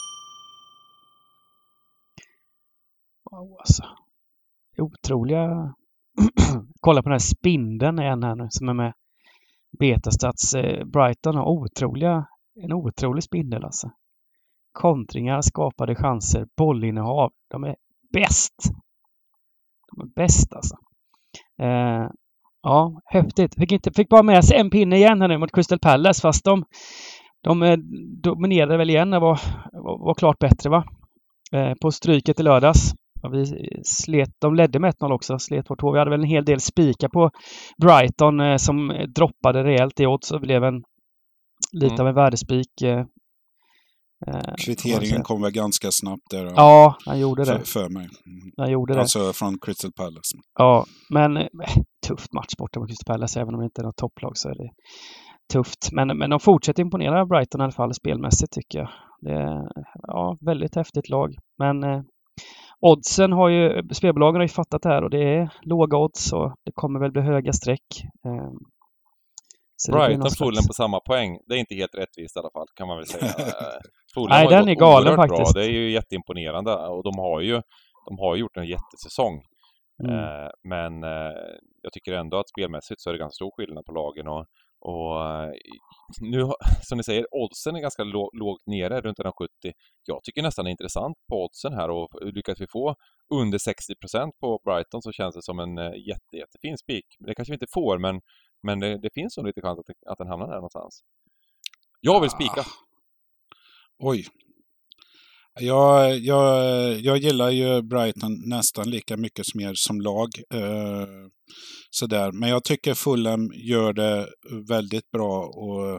Wow, alltså. Otroliga... Kolla på den här spindeln igen här nu som är med. Betastats eh, Brighton har otroliga, en otrolig spindel alltså. Kontringar, skapade chanser, bollinnehav. De är bäst. De är bäst alltså. Eh, ja, häftigt. Fick, inte, fick bara med sig en pinne igen här nu mot Crystal Palace fast de, de eh, dominerade väl igen och var, var, var klart bättre va? Eh, på stryket i lördags. Och vi slet, de ledde med ett noll också, slet vårt två. Vi hade väl en hel del spika på Brighton eh, som droppade rejält i odds och blev en lite mm. av en värdespik. Eh, Kvitteringen kom väl ganska snabbt där. Ja, han gjorde det. För, för mig. Mm. Han gjorde det. Alltså från Crystal Palace. Ja, men eh, tufft match borta mot Crystal Palace. Även om det inte är något topplag så är det tufft. Men, men de fortsätter imponera Brighton i alla fall spelmässigt tycker jag. Det är ja, väldigt häftigt lag. Men eh, oddsen har ju, spelbolagen har ju fattat det här och det är låga odds och det kommer väl bli höga streck. Eh, Brighton Fulham på samma poäng. Det är inte helt rättvist i alla fall, kan man väl säga. Fulham Nej, har den är galen faktiskt. Bra. Det är ju jätteimponerande och de har ju, de har gjort en jättesäsong. Mm. Eh, men eh, jag tycker ändå att spelmässigt så är det ganska stor skillnad på lagen och, och nu, som ni säger, oddsen är ganska låg, lågt nere, runt en sjuttio. Jag tycker nästan det är intressant på oddsen här och lyckas vi få under sextio procent på Brighton så känns det som en jätte, jättefin spik. Det kanske vi inte får, men, men det, det finns nog lite chans att, att den hamnar där någonstans. Jag vill spika. Oj. Jag, jag, jag gillar ju Brighton nästan lika mycket som er som lag. Eh, sådär. Men jag tycker Fulham gör det väldigt bra. Och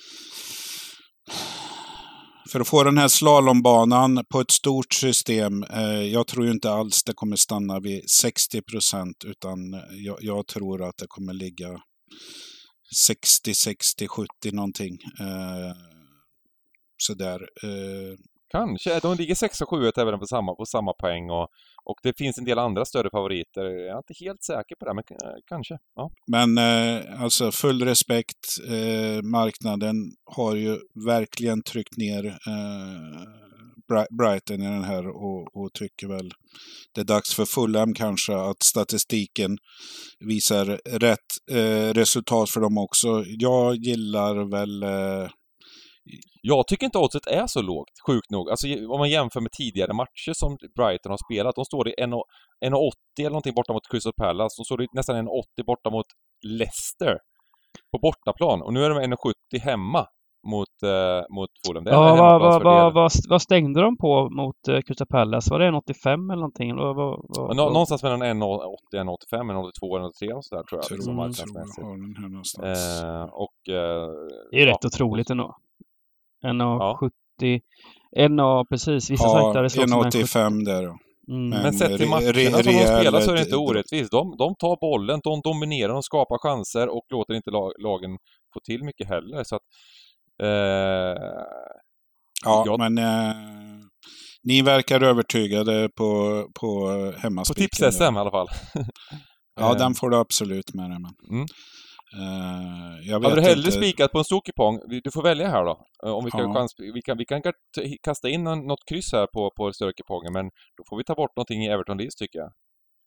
för att få den här slalombanan på ett stort system, eh, jag tror ju inte alls det kommer stanna vid sextio procent utan jag, jag tror att det kommer ligga sextio, sextio, sjuttio någonting. Eh, sådär. Eh, Kanske. De ligger sex och sju även på samma, på samma poäng och, och det finns en del andra större favoriter. Jag är inte helt säker på det, men eh, kanske. Ja. Men eh, alltså full respekt. Eh, marknaden har ju verkligen tryckt ner eh, Brighton i den här och, och tycker väl det är dags för Fulham kanske att statistiken visar rätt eh, resultat för dem också. Jag gillar väl... Eh, Jag tycker inte oddset är så lågt, sjukt nog. Alltså om man jämför med tidigare matcher som Brighton har spelat. De står i en komma åttio eller någonting borta mot Crystal Palace. De står i nästan en komma åttio borta mot Leicester på bortaplan. Och nu är de en komma sjuttio hemma mot, eh, mot Fulham. Det är ja, vad, vad, vad, vad, vad stängde de på mot eh, Crystal Palace? Var det en komma åttiofem eller någonting? Vad, vad, vad, Nå, någonstans mellan en komma åttio, en komma åttiofem, en komma åttiotvå, en komma åttiotre och sådär tror jag. Tror, liksom, tror jag har den här någonstans. Eh, och, eh, det är ju ja, rätt otroligt ändå. en komma sjuttio. Ja. En av precis, vissa ja, sajter det en komma åttiofem där då. Mm. Men, men sett till matcherna som de spelar så är det inte orättvist. De, de tar bollen, de dominerar, de skapar chanser och låter inte lag, lagen få till mycket heller. Så att, eh, ja, jag, men eh, ni verkar övertygade på, på hemmaspiken. På tips-S M i alla fall. Ja, den får du absolut med dig. Mm. Uh, jag vet Hade du hellre inte... spikat på en stor kupong? Du får välja här då. Om vi, ska ja. chans, vi, kan, vi kan kasta in något kryss här på, på större kuponger, men då får vi ta bort någonting i Everton Leeds tycker jag.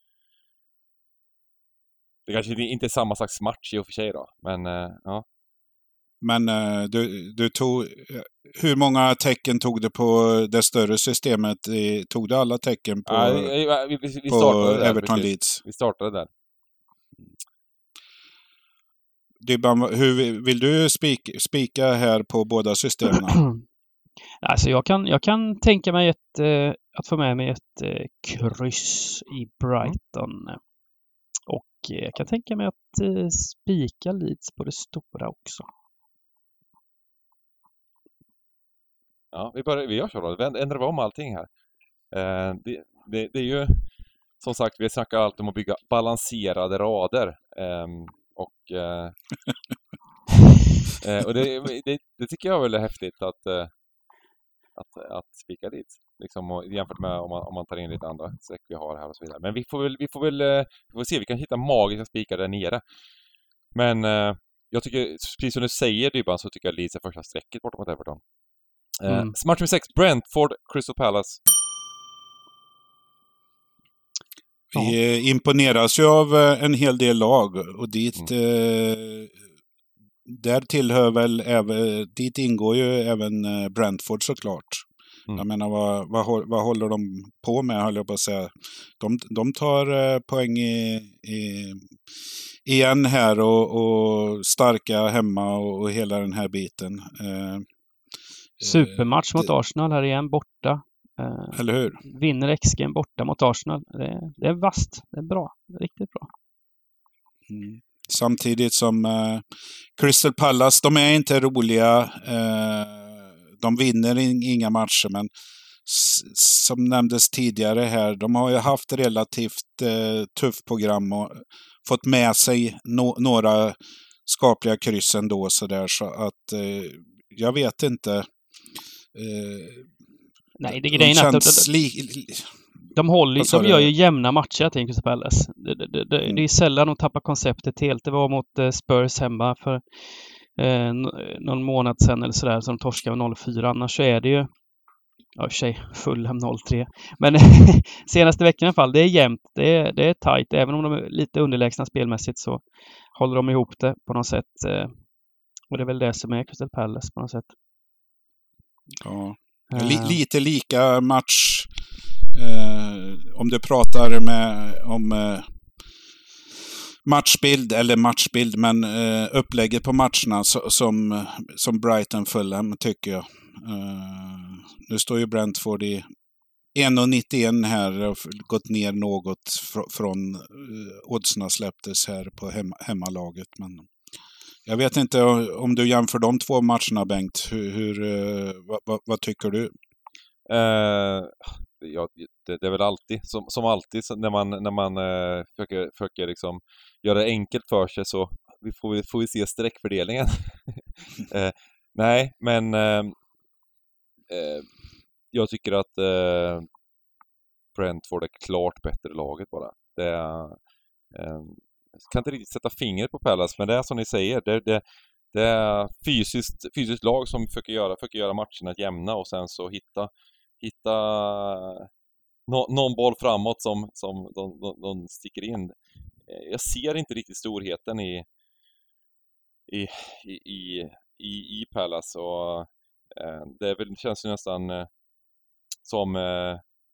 Det kanske inte är samma slags match i och för sig då, men uh, ja. Men uh, du, du tog... Hur många tecken tog du på det större systemet? Tog du alla tecken på, ja, vi, vi, vi på där, Everton precis. Leeds? Vi startade där. Dybban, hur vill du spika, spika här på båda systemen? Alltså jag kan, jag kan tänka mig ett, eh, att få med mig ett eh, kryss i Brighton. Mm. Och eh, jag kan tänka mig att eh, spika Leeds på det stora också. Ja, vi börjar, vi gör så då. Vi ändrar om allting här. Eh, det, det, det är ju, som sagt, vi snackar alltid om att bygga balanserade rader. Eh, och eh, eh, och det, det, det tycker jag är väldigt häftigt att, eh, att, att spika dit. Liksom, och jämfört med om man, om man tar in lite andra säck vi har här och så vidare. Men vi får väl, vi får väl eh, vi får se, vi kan hitta magiska spikar där nere. Men eh, jag tycker, precis som du säger Dybban, så tycker jag Leeds är första strecket bortom mot Everton. Eh, mm. Match nummer sex, Brentford, Crystal Palace. Vi imponeras ju av en hel del lag och dit mm. eh, där tillhör väl även, dit ingår ju även Brentford såklart. Mm. Jag menar, vad, vad, vad håller de på med, höll jag på att säga. De, de tar eh, poäng i, i, igen här och, och starka hemma och, och hela den här biten. Eh, Supermatch mot det, Arsenal här igen, borta. Eller hur? Vinner X G borta mot Arsenal. Det, det är vast. Det är bra. Det är riktigt bra. Mm. Samtidigt som eh, Crystal Palace, de är inte roliga. Eh, de vinner inga matcher, men s- som nämndes tidigare här, de har ju haft relativt eh, tufft program och fått med sig no- några skapliga kryss ändå, så där, så att eh, jag vet inte. Eh, Nej, det är de grejen att de, känns de, li, de, håller, vad sa de du? gör ju jämna matcher, jag tänker, Crystal Palace. Det, det, det, det Mm. är sällan de tappar konceptet helt. Det var mot eh, Spurs hemma för eh, n- någon månad sedan eller sådär, som de torskade med noll fyra. Annars så är det ju, ja, i och för sig, Fulham noll tre. Men senaste veckan i alla fall, det är jämnt, det är, det är tajt. Även om de är lite underlägsna spelmässigt så håller de ihop det på något sätt. eh, Och det är väl det som är Crystal Palace på något sätt. Ja. Eh, Li, lite lika match. Eh, om du pratar med om eh, matchbild, eller matchbild, men eh, upplägget på matcherna så, som, som Brighton Fulham tycker jag. Eh, nu står ju Brentford i en nittioen här och gått ner något fr- från eh, oddsna släpptes här på hem, hemmalaget. Men jag vet inte om du jämför de två matcherna, Bengt. Hur, hur, eh, vad, vad, vad tycker du? Eh, ja, det, det är väl alltid, som, som alltid, så när man, när man eh, försöker, försöker liksom göra det enkelt för sig, så vi får, vi får vi se streckfördelningen. eh, nej, men eh, eh, jag tycker att eh, Brentford är klart bättre laget bara. Det är, eh, jag kan inte riktigt sätta fingret på Palace, men det är som ni säger, det, det, det är fysiskt, fysiskt lag som försöker göra, försöker göra matcherna jämna och sen så hitta hitta no, någon boll framåt som, som de, de, de sticker in. Jag ser inte riktigt storheten i i, i, i, i Palace, och eh, det är väl, känns ju nästan eh, som eh,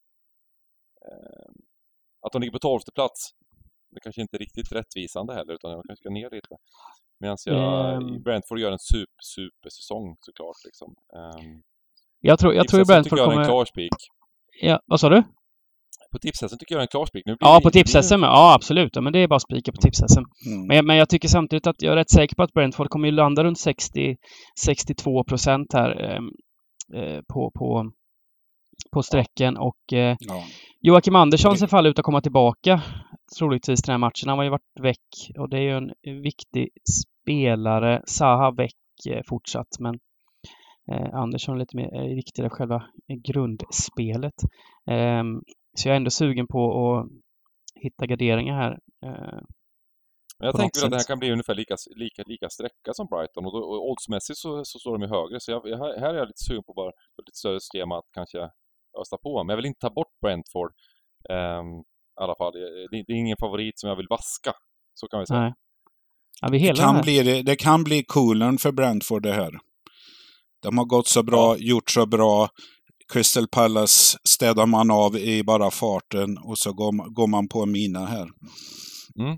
eh, att de ligger på tolfte plats. Det kanske inte är riktigt rättvisande heller, utan jag kanske ska ner lite. Medan jag, Um, Brentford gör en super, super säsong såklart liksom. Um, jag tror, jag tror ju Brentford kommer... kommer... en klar spik. Ja, vad sa du? På tipshästen tycker jag är en klar spik. Nu blir Ja, det, på det blir tipshästen. inte... Ja, absolut. Ja, men det är bara spika på tipshästen. Mm. Men, men jag tycker samtidigt att jag är rätt säker på att Brentford kommer ju landa runt sextio till sextiotvå procent här eh, på, på, på sträcken. Och eh, Ja. Joakim Andersson Det- ser fall ut att komma tillbaka troligtvis den här matchen. Han har ju varit väck och det är ju en viktig spelare. Zaha väck eh, fortsatt, men eh, Andersson är lite mer är viktigare själva grundspelet. Eh, så jag är ändå sugen på att hitta garderingar här. Eh, Men jag på tänker något väl att det här sätt. kan bli ungefär lika, lika, lika sträcka som Brighton, och, då, och oddsmässigt så, så står de ju högre, så jag, här, här är jag lite sugen på bara på ett lite större system att kanske östa på. Men jag vill inte ta bort Brentford um, i alla fall. Det, det är ingen favorit som jag vill vaska, så kan vi säga. Nej. Ja, vi Det hela kan, här. bli, det, det kan bli coolern för Brentford det här. De har gått så bra, Ja. gjort så bra. Crystal Palace städar man av i bara farten och så går, går man på mina här. Mm.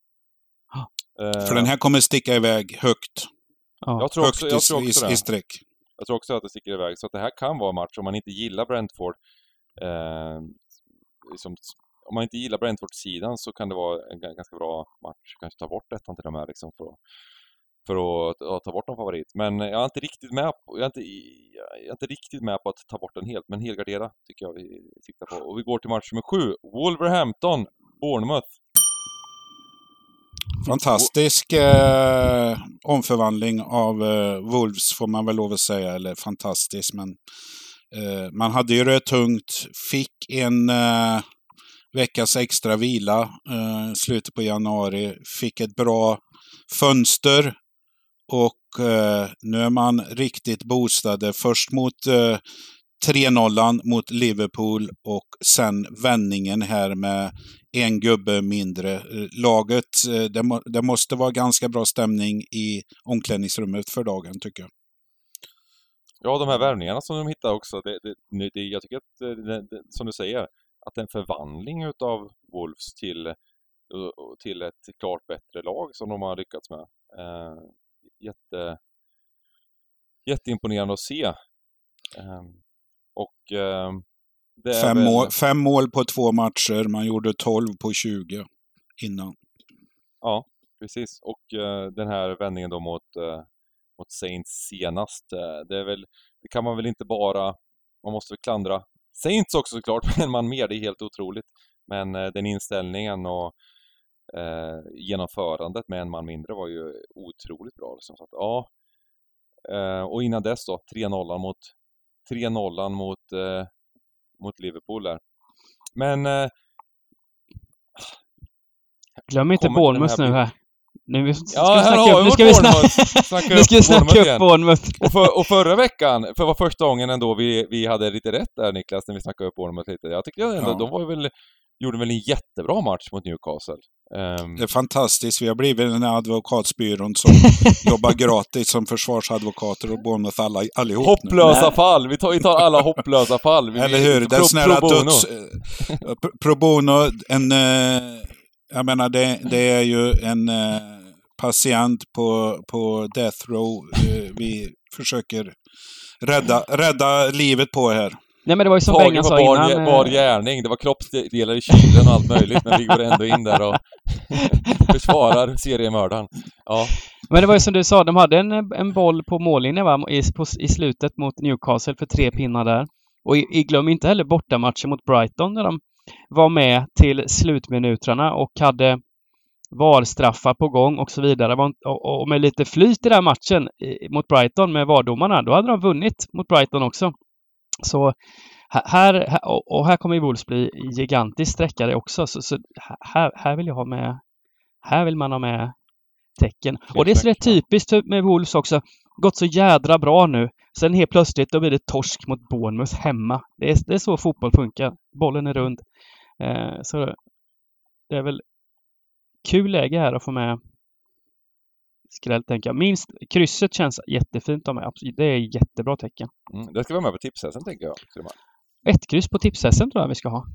Uh, För den här kommer sticka iväg högt. Ja. jag tror också, högt jag tror i, också i, det. i streck. Jag tror också att det sticker iväg, så att det här kan vara en match om man inte gillar Brentford. Eh, liksom, om man inte gillar Brentford-sidan så kan det vara en ganska bra match. Kanske ta bort ettan till de här liksom för att, för att, att ta bort en favorit. Men jag är inte riktigt med på, jag är inte, jag är inte riktigt med på att ta bort den helt, men helgardera tycker jag vi siktar på. Och vi går till match nummer sju. Wolverhampton, Bournemouth. Fantastisk eh, omförvandling av eh, Wolves får man väl lov att säga. Eller fantastisk, men eh, man hade ju det tungt. Fick en eh, veckas extra vila eh, slutet på januari. Fick ett bra fönster. Och eh, nu är man riktigt boostade. Först mot eh, tre noll mot Liverpool och sen vändningen här med en gubbe mindre. Laget, eh, det, må, det måste vara ganska bra stämning i omklädningsrummet för dagen tycker jag. Ja, de här värvningarna som de hittar också, det, det, det, jag tycker att, det, det, som du säger, att en förvandling utav Wolves till, till ett klart bättre lag som de har lyckats med. Eh, jätte, jätteimponerande att se. Eh, och eh, det är fem, väl... mål, fem mål på två matcher, man gjorde tolv på tjugo innan. Ja, precis. Och eh, den här vändningen då mot, eh, mot Saints senast, eh, det är väl, det kan man väl inte bara, man måste väl klandra Saints också såklart, men man mer, det är helt otroligt. Men eh, den inställningen och eh, genomförandet med en man mindre var ju otroligt bra. Liksom. Så att, ja. eh, och innan dess då, tre noll mot tre noll mot, eh, mot Liverpool där. Men eh, glöm inte Bournemouth nu här. Nu ska ja, vi här snacka har upp, vi nu ska vi Bournemouth. snacka, Snacka nu ska vi snacka upp igen. Bournemouth. Och, för, och förra veckan, för var första gången ändå vi, vi hade lite rätt där, Niklas, när vi snackade upp Bournemouth lite. Jag tycker ändå, Ja. de var väl, gjorde väl en jättebra match mot Newcastle. Um, Det är fantastiskt. Vi har blivit den här advokatsbyrån som jobbar gratis som försvarsadvokater och Bournemouth alla, allihop. hopplösa nu. fall! Vi tar, vi tar alla hopplösa fall. Vi, Eller hur? Det är sån här döds... Pro bono, en... Eh, jag menar, det, det är ju en eh, patient på, på death row. Eh, vi försöker rädda, rädda livet på här. Nej, men det var ju som Tagen Bengan på sa bar, innan. bar gärning. Det var kroppsdelar i kylen och allt möjligt. Men vi går ändå in där och försvarar seriemördaren. Ja. Men det var ju som du sa, de hade en, en boll på mållinjen va? I, på, i slutet mot Newcastle för tre pinnar där. Och i, i glöm inte heller bortamatchen mot Brighton när de var med till slutminuterna och hade V A R-straffar på gång och så vidare. Och, och med lite flyt i den här matchen mot Brighton med V A R-domarna, då hade de vunnit mot Brighton också. Så här, och här kommer ju Wolves bli gigantiskt sträckare också. Så, så här, här vill jag ha med, här vill man ha med tecken. Och det är så rätt typiskt med Wolves också. Gått så jädra bra nu. Sen helt plötsligt då blir det torsk mot Bournemouth hemma. Det är, det är så fotboll funkar. Bollen är rund. Eh, så det är väl kul läge här att få med skräll, tänker jag. Minst krysset känns jättefint av mig. Det är jättebra tecken. Mm, det ska vara med på tipshästen, tänker jag. Ett kryss på tipshästen tror jag vi ska ha.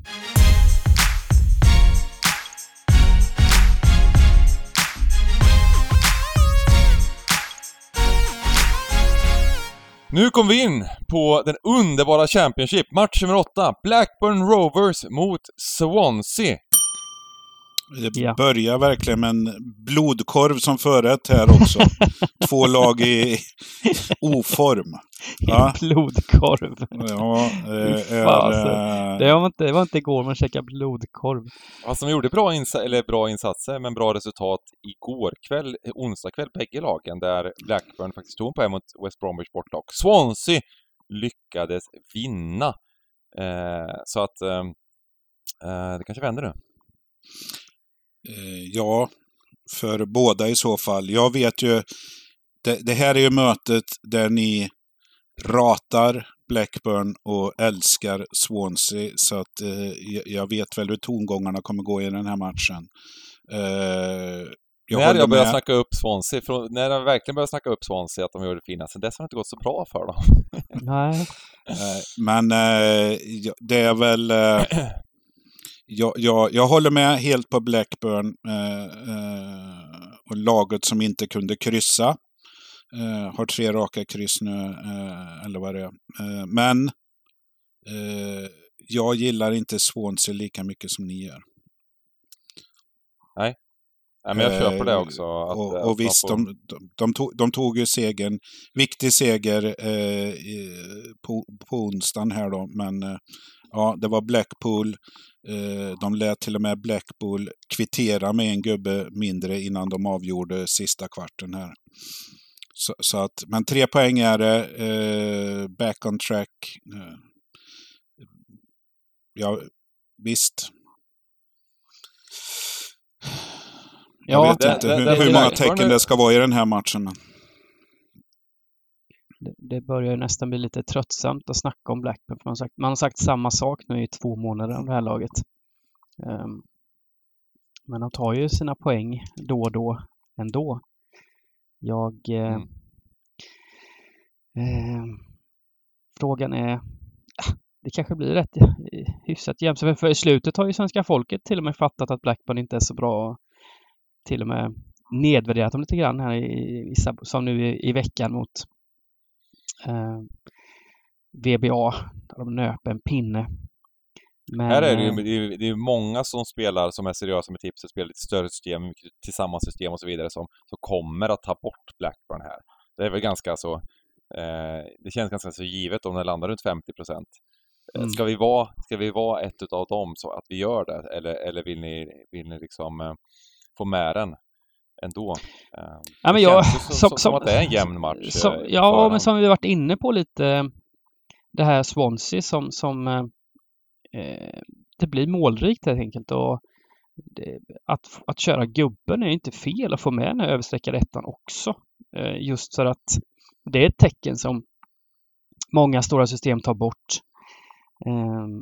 Nu kommer vi in på den underbara Championship. Match nummer åtta. Blackburn Rovers mot Swansea. Det Ja. börjar verkligen med en blodkorv som förrätt här också. Två lag i oform. Ja. Blodkorv. Ja, är, är, det, var inte, det var inte igår man käkade blodkorv. Alltså de gjorde bra, insa- eller bra insatser, men bra resultat igår kväll, onsdag kväll, bägge lagen, där Blackburn faktiskt tog en poäng mot West Bromwich bortlag. Swansea lyckades vinna. Eh, så att eh, det kanske vänder nu. Ja, för båda i så fall. Jag vet ju, det, det här är ju mötet där ni ratar Blackburn och älskar Swansea, så att eh, jag vet väl hur tongångarna kommer gå i den här matchen. Eh, jag när jag började med. snacka upp Swansea, från, när jag verkligen började snacka upp Swansea att de gjorde det fina, så dess har det inte gått så bra för dem. Nej. Eh, men eh, det är väl... Eh, Jag, jag, jag håller med helt på Blackburn eh, eh, och laget som inte kunde kryssa. Eh, har tre raka kryss nu, eh, eller vad det är. Eh, men eh, jag gillar inte Swansea lika mycket som ni gör. Nej, Nej men jag köper det också. Att, och att och visst, får... de, de, de, tog, de tog ju segern, viktig seger eh, på, på onsdagen här då, men eh, ja, det var Blackpool. De lät till och med Blackpool kvittera med en gubbe mindre innan de avgjorde sista kvarten här. Så, så att, men tre poäng är det. Eh, back on track. Eh, ja, visst. Jag Ja, vet det, inte det, hur, det, hur många det, tecken det, det ska vara i den här matchen. Men. Det, det börjar ju nästan bli lite tröttsamt att snacka om Blackburn. Man har sagt, man har sagt samma sak nu i två månader om det här laget. Um, men de tar ju sina poäng då och då ändå. Jag... Eh, mm. eh, frågan är... Ah, det kanske blir rätt hyfsat jämnt. För, för i slutet har ju svenska folket till och med fattat att Blackburn inte är så bra. Till och med nedvärderat dem lite grann här i, i, som nu i, i veckan mot eh, V B A. Där de nöp en pinne. Men, här är det ju det är, det är många som spelar som är seriösa med tips och spelar lite större system, mycket tillsammans system och så vidare som, som kommer att ta bort Blackburn här. Det är väl ganska så eh, det känns ganska så givet om det landar runt femtio procent. Mm. Ska vi vara ska vi vara ett utav dem så att vi gör det, eller eller vill ni vill ni liksom eh, få med den ändå? Eh, ja, men jag så, som, som att det är en jämn match. Så, ja, men som vi varit inne på lite det här Swansea som, som eh, det blir målrikt helt enkelt. Och det, att, att köra gubben är inte fel att få med den här översträckade ettan också. Eh, just för att det är ett tecken som många stora system tar bort. Eh,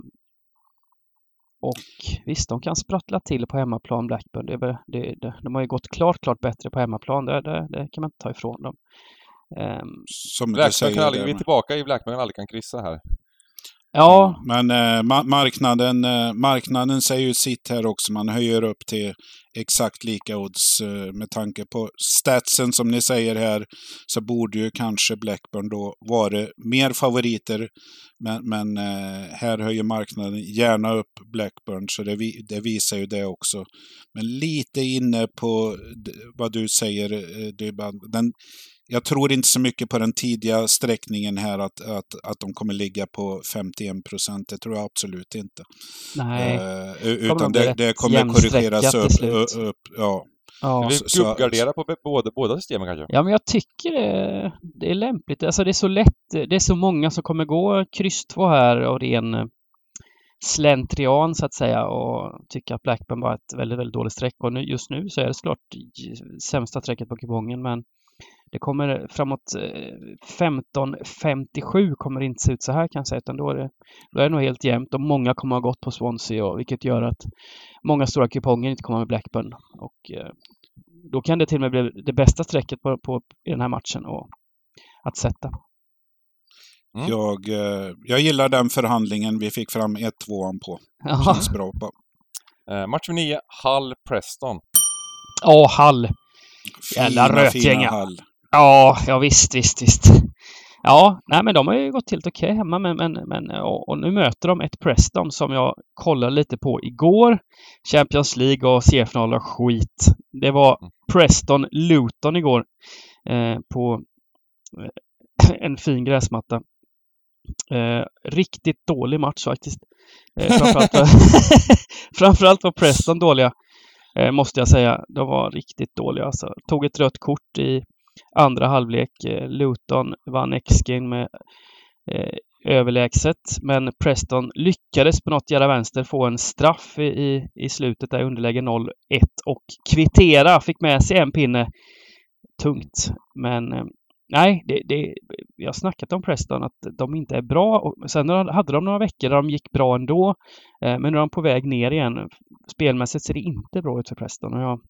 och visst, de kan sprattla till på hemmaplan, Blackburn. Det, det, det, de har ju gått klart, klart bättre på hemmaplan. Det, det, det kan man inte ta ifrån dem. Um, Som Blackburn säger kan aldrig, vi är tillbaka i Blackburn kan aldrig kan kryssa här. Ja. Men eh, ma- marknaden, eh, marknaden säger ju sitt här också. Man höjer upp till exakt lika odds eh, med tanke på statsen som ni säger här. Så borde ju kanske Blackburn då vara mer favoriter. Men, men eh, här höjer marknaden gärna upp Blackburn. Så det, det visar ju det också. Men lite inne på vad du säger. Eh, det, den, jag tror inte så mycket på den tidiga sträckningen här att, att, att de kommer ligga på femtioen procent. Det tror jag absolut inte. Nej. Uh, utan det, det kommer korrigeras upp. upp, upp ja. Ja. Vi gubbgarderar på båda, båda systemen kanske? Ja, men jag tycker det, det är lämpligt. Alltså det är så lätt. Det är så många som kommer gå kryss två här av ren slentrian så att säga och tycker att Blackburn var ett väldigt, väldigt dåligt streck. Och nu, just nu så är det såklart sämsta strecket på kupongen, men det kommer framåt femton femtiosju kommer det inte se ut så här kan jag säga, utan då är det, då är det nog helt jämnt och många kommer ha gått på Swansea, och, vilket gör att många stora kuponger inte kommer med Blackburn, och eh, då kan det till och med bli det bästa strecket på, på i den här matchen och att sätta. Mm. Jag, eh, jag gillar den förhandlingen vi fick fram ett tvåan på. Ja. Känns bra på. Eh, match nio, Hull Preston. Ja, oh, Hull. Jävla rötgänga. Ja, ja visst, visst, visst. Ja, nej men de har ju gått helt okej hemma, men, men, men och, och nu möter de ett Preston som jag kollade lite på igår. Champions League och C F-final och skit. Det var Preston Luton igår eh, på eh, en fin gräsmatta. Eh, riktigt dålig match faktiskt. Eh, framförallt, var, framförallt var Preston dåliga. Eh, måste jag säga. De var riktigt dåliga. Alltså, tog ett rött kort i andra halvlek. Eh, Luton vann X-Game med eh, överlägset. Men Preston lyckades på något jävla vänster få en straff i, i, i slutet där underläge noll ett och kvittera. Fick med sig en pinne. Tungt. Men eh, nej, det, det, jag har snackat om Preston att de inte är bra. Och sen hade de några veckor där de gick bra ändå. Eh, men nu är de på väg ner igen. Spelmässigt ser det inte bra ut för Preston. Och jag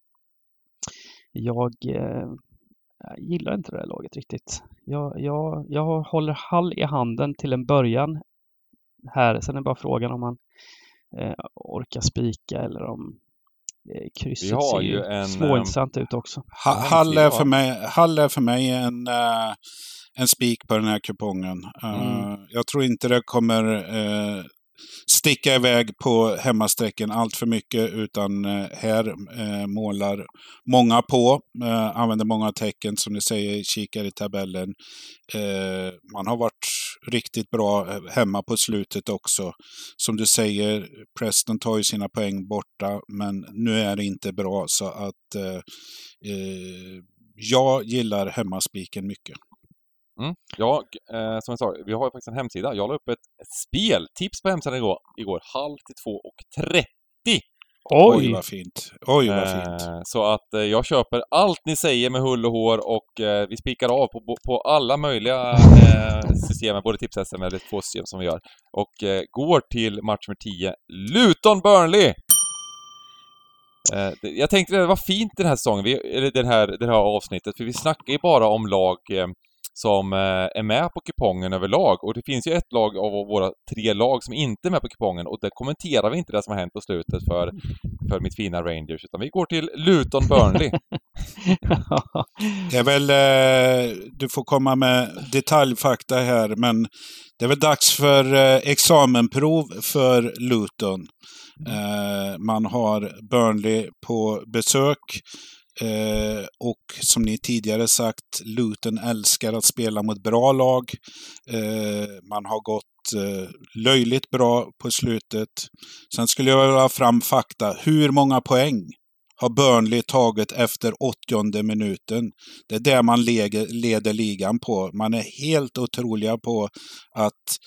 jag, eh, jag gillar inte det här laget riktigt. Jag, jag, jag håller Hull i handen till en början här. Sen är det bara frågan om man eh, orkar spika eller om krysset ser ju en, småintressant ut också. Hull är för mig, Hull är för mig en, uh, en spik på den här kupongen. Uh, mm. Jag tror inte det kommer uh, sticka iväg på hemmasträcken allt för mycket, utan uh, här uh, målar många på, uh, använder många tecken som ni säger, kikar i tabellen. Uh, man har varit riktigt bra hemma på slutet också. Som du säger, Preston tar ju sina poäng borta, men nu är det inte bra, så att uh, uh, jag gillar hemmaspiken mycket. Mm. Ja, eh, som jag sa, vi har ju faktiskt en hemsida. Jag la upp ett speltips på hemsidan igår. Igår, halv till två och trettio. Oj, Oj vad fint. Oj, vad fint. Eh, så att eh, jag köper allt ni säger med hull och hår, och eh, vi spikar av på, på alla möjliga eh, system, både tips-S M eller två system som vi gör. Och eh, går till match nummer tio, Luton-Burnley! Eh, det, jag tänkte det var fint den här säsongen, vi, eller den här, det här avsnittet, för vi snackar ju bara om lag eh, som eh, är med på kupongen överlag. Och det finns ju ett lag av våra tre lag som inte är med på kupongen, och där kommenterar vi inte det som har hänt på slutet för, för mitt fina Rangers, utan vi går till Luton-Burnley. Det är väl, eh, du får komma med detaljfakta här, men det är väl dags för eh, examenprov för Luton. Eh, man har Burnley på besök. Eh, och som ni tidigare sagt, Luton älskar att spela mot bra lag. Eh, man har gått eh, löjligt bra på slutet. Sen skulle jag vilja ha fram fakta. Hur många poäng har Burnley tagit efter åttionde minuten? Det är där man leder, leder ligan på. Man är helt otroliga på att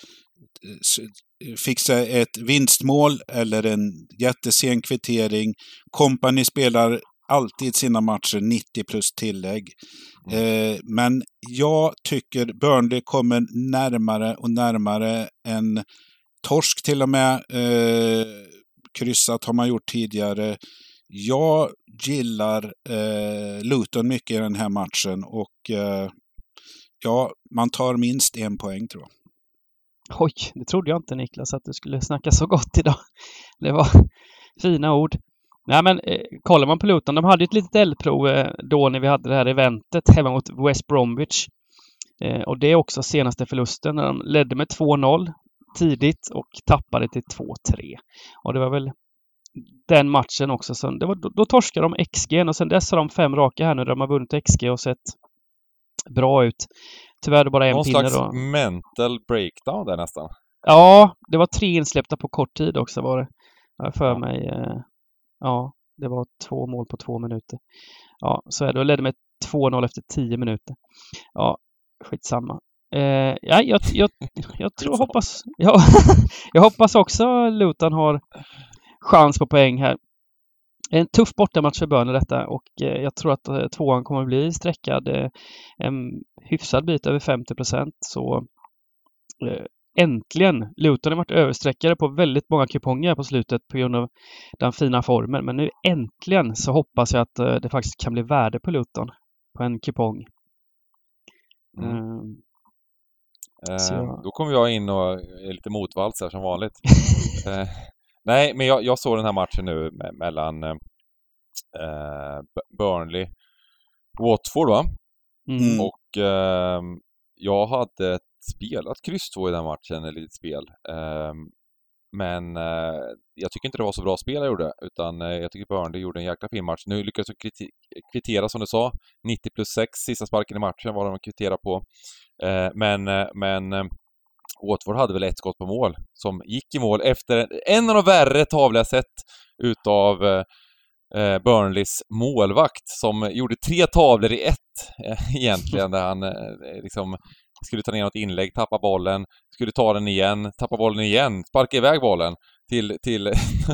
fixa ett vinstmål eller en jättesen kvittering. Company spelar alltid sina matcher nittio plus tillägg. Eh, men jag tycker Burnley kommer närmare och närmare en torsk till och med. Eh, kryssat har man gjort tidigare. Jag gillar eh, Luton mycket i den här matchen och eh, ja, man tar minst en poäng tror jag. Oj, det trodde jag inte Niklas att du skulle snacka så gott idag. Det var fina ord. Nej men eh, kollar man på Luton, de hade ett litet eldprov eh, då när vi hade det här eventet hemma mot West Bromwich. Eh, och det är också senaste förlusten när de ledde med två noll tidigt och tappade till två tre. Och det var väl den matchen också. Sen, det var, då, då torskade de X G och sen dess har de fem raka här nu där de har vunnit X G och sett bra ut. Tyvärr är det bara en Någon pinne slags då. mental breakdown där nästan. Ja, det var tre insläppta på kort tid också var det. Jag har för Ja. mig. Eh, ja, det var två mål på två minuter. Ja, så är det. Då ledde med två noll efter tio minuter. Ja, skitsamma. Eh, ja, jag, jag, jag tror, hoppas, ja, jag hoppas också Luton har chans på poäng här. En tuff bortamatch för Burnley detta och eh, jag tror att eh, tvåan kommer att bli sträckad eh, en hyfsad bit över femtio procent. Så eh, äntligen, Luton har varit översträckade på väldigt många kuponger på slutet på grund av den fina formen. Men nu äntligen så hoppas jag att eh, det faktiskt kan bli värde på Luton på en kupong. Mm. Mm. Eh, Så- Då kommer jag in och är lite motvalls här som vanligt. eh, nej, men jag, jag såg den här matchen nu me- mellan eh, B- Burnley Watford va? Mm. Mm. Och eh, jag hade spelat kryss två i den matchen, ett litet spel. Eh, men eh, jag tycker inte det var så bra spel jag gjorde, utan eh, jag tycker Burnley gjorde en jäkla fin match. Nu lyckades de kriti- kvittera som du sa, nittio plus sex, sista sparken i matchen var de kvittera på. Eh, men eh, men eh, Watford hade väl ett skott på mål som gick i mål efter en av de värre tavlor jag sett utav eh, eh, Burnleys målvakt som gjorde tre tavlor i ett eh, egentligen där han eh, liksom skulle ta ner något inlägg, tappa bollen, skulle ta den igen, tappa bollen igen, sparka iväg bollen till, till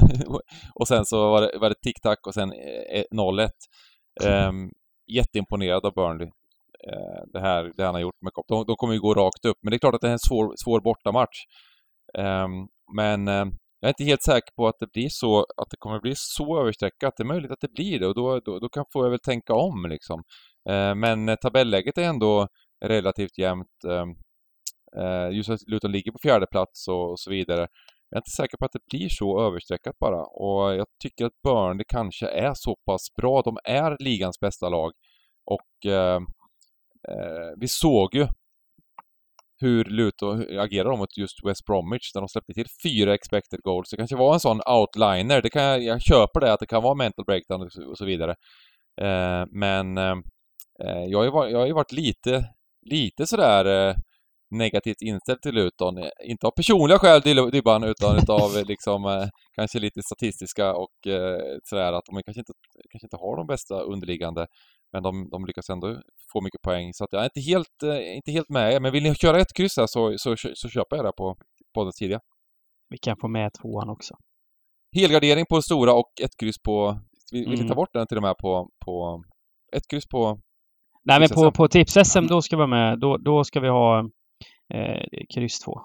och sen så var det, var det tic-tac och sen eh, noll ett. Eh, jätteimponerad av Burnley. Eh, det här det han har gjort med Kopp. De, de kommer ju gå rakt upp, men det är klart att det är en svår, svår bortamatch. Eh, men eh, jag är inte helt säker på att det blir så, att det kommer bli så översträckat. Det är möjligt att det blir det och då, då, då kan får jag väl tänka om liksom. Eh, men eh, tabelläget är ändå relativt jämnt. Eh, just att Luton ligger på fjärde plats och, och så vidare. Jag är inte säker på att det blir så översträckat bara. Och jag tycker att Burnley kanske är så pass bra. De är ligans bästa lag. Och eh, eh, vi såg ju hur Luton agerade mot just West Bromwich när de släppte till fyra expected goals. Det kanske var en sån outliner. Det kan jag, jag köper det att det kan vara mental breakdown och så, och så vidare. Eh, men eh, jag, har ju varit, jag har ju varit lite, lite sådär eh, negativt inställd till Luton. Inte av personliga skäl, Dybban, utan utav liksom eh, kanske lite statistiska och eh, sådär att de kanske inte, kanske inte har de bästa underliggande. Men de, de lyckas ändå få mycket poäng. Så att jag är inte helt, eh, inte helt med. Men vill ni köra ett kryss här så, så, så, så köper jag det på poddens tidiga. Vi kan få med tvåan också. Helgardering på stora och ett kryss på... Vill, vill Mm. ni ta bort den till och med på... på ett kryss på... Nej, men Tips-S på, M. på Tips-S M då ska vi vara med. Då, då ska vi ha eh, kryss två.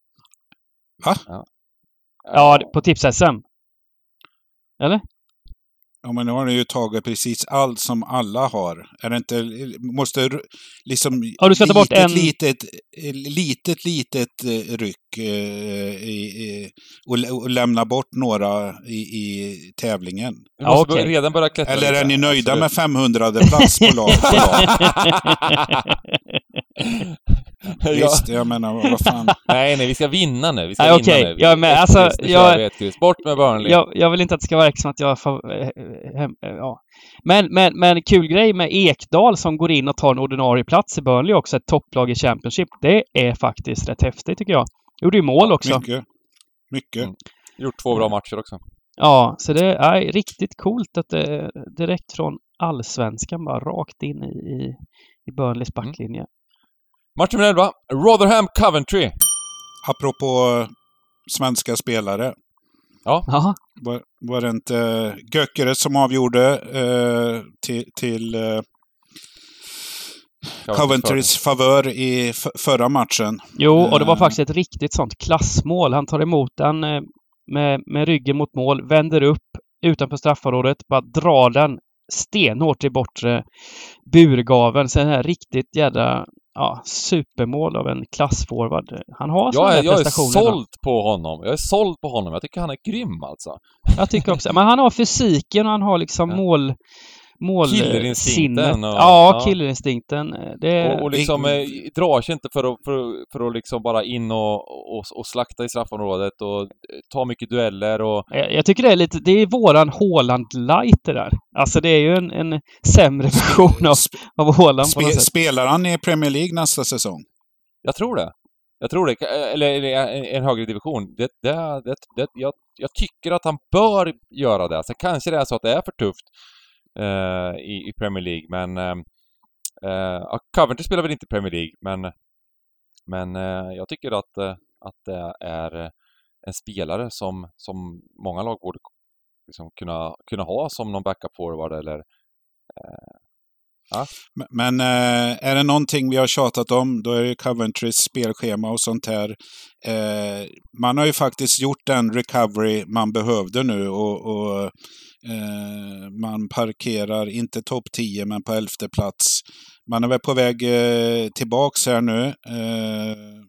Va? Ja, på Tips-S M. Eller? Ja, men nu har ni ju tagit precis allt som alla har. Är det inte... Måste r- liksom... Ja, du ska ta bort litet, en- Litet, litet, litet eh, ryck eh, i, i, och, lä- och lämna bort några i, i tävlingen. Vi måste Ja, okej. börja- redan börja klättra Eller är lite. ni nöjda Absolut. med femhundrade plats på lag? På lag? Ja. Visst, jag menar, vad fan. Nej, nej, vi ska vinna nu. Vi ska Nej, vinna okej. nu. Jag är med. Ett Alltså, kryss, nu jag- kör vi ett kryss. Bort med Burnley. jag, jag vill inte att det ska verka som att jag... Fa- eh, hem, eh, ja. men, men, men kul grej med Ekdal som går in och tar en ordinarie plats i Burnley också. Ett topplag i Championship. Det är faktiskt rätt häftigt tycker jag. Gjorde ju mål också. Mycket. Mycket. Mm. Gjort två bra matcher också. Ja, så det är riktigt coolt att det direkt från allsvenskan bara rakt in i, i, i Burnleys backlinje. Match nummer elva. Rotherham Coventry. apropå svenska spelare. Ja. Jaha. Var, var det inte Gökere som avgjorde eh, till, till eh, Coventrys favör i f- förra matchen? Jo, och det var Eh, faktiskt ett riktigt sånt klassmål. Han tar emot den eh, med, med ryggen mot mål, vänder upp utanför straffområdet, bara drar den stenhårt i bortre burgaveln. Sen här riktigt jädra ja, supermål av en klassforward. Han har sådana Jag är, där jag är prestationer. såld på honom. Jag är såld på honom. Jag tycker han är grym alltså. Jag tycker också. Men han har fysiken och han har liksom Ja. mål... Killerinstinkten målsinnet. och- Ja, ja. killerinstinkten. Det, Och, och liksom eh, drar sig inte för att, för, att- för att liksom bara in och, och, och slakta i straffområdet och eh, ta mycket dueller och... jag, jag tycker det är lite... Det är våran Haaland light det där. Alltså det är ju en, en sämre version av, sp- av Haaland på något spe, sätt. spelar han i Premier League nästa säsong? Jag tror det. Jag tror det. Eller, eller en, en högre division. Det, det, det, det, jag, jag tycker att han bör göra det. Sen kanske det är så att det är för tufft eh, i, i Premier League, men eh, eh, Coventry spelar väl inte Premier League, men men eh, jag tycker att, eh, att det är en spelare som, som många lag borde liksom kunna, kunna ha som någon backup forward eller eh, ja. Men- Men eh, är det någonting vi har tjatat om, då är det Coventrys spelschema och sånt här. Eh, man har ju faktiskt gjort den recovery man behövde nu och, och eh, man parkerar inte topp tio men på elfte plats. Man är väl på väg eh, tillbaks här nu. Eh,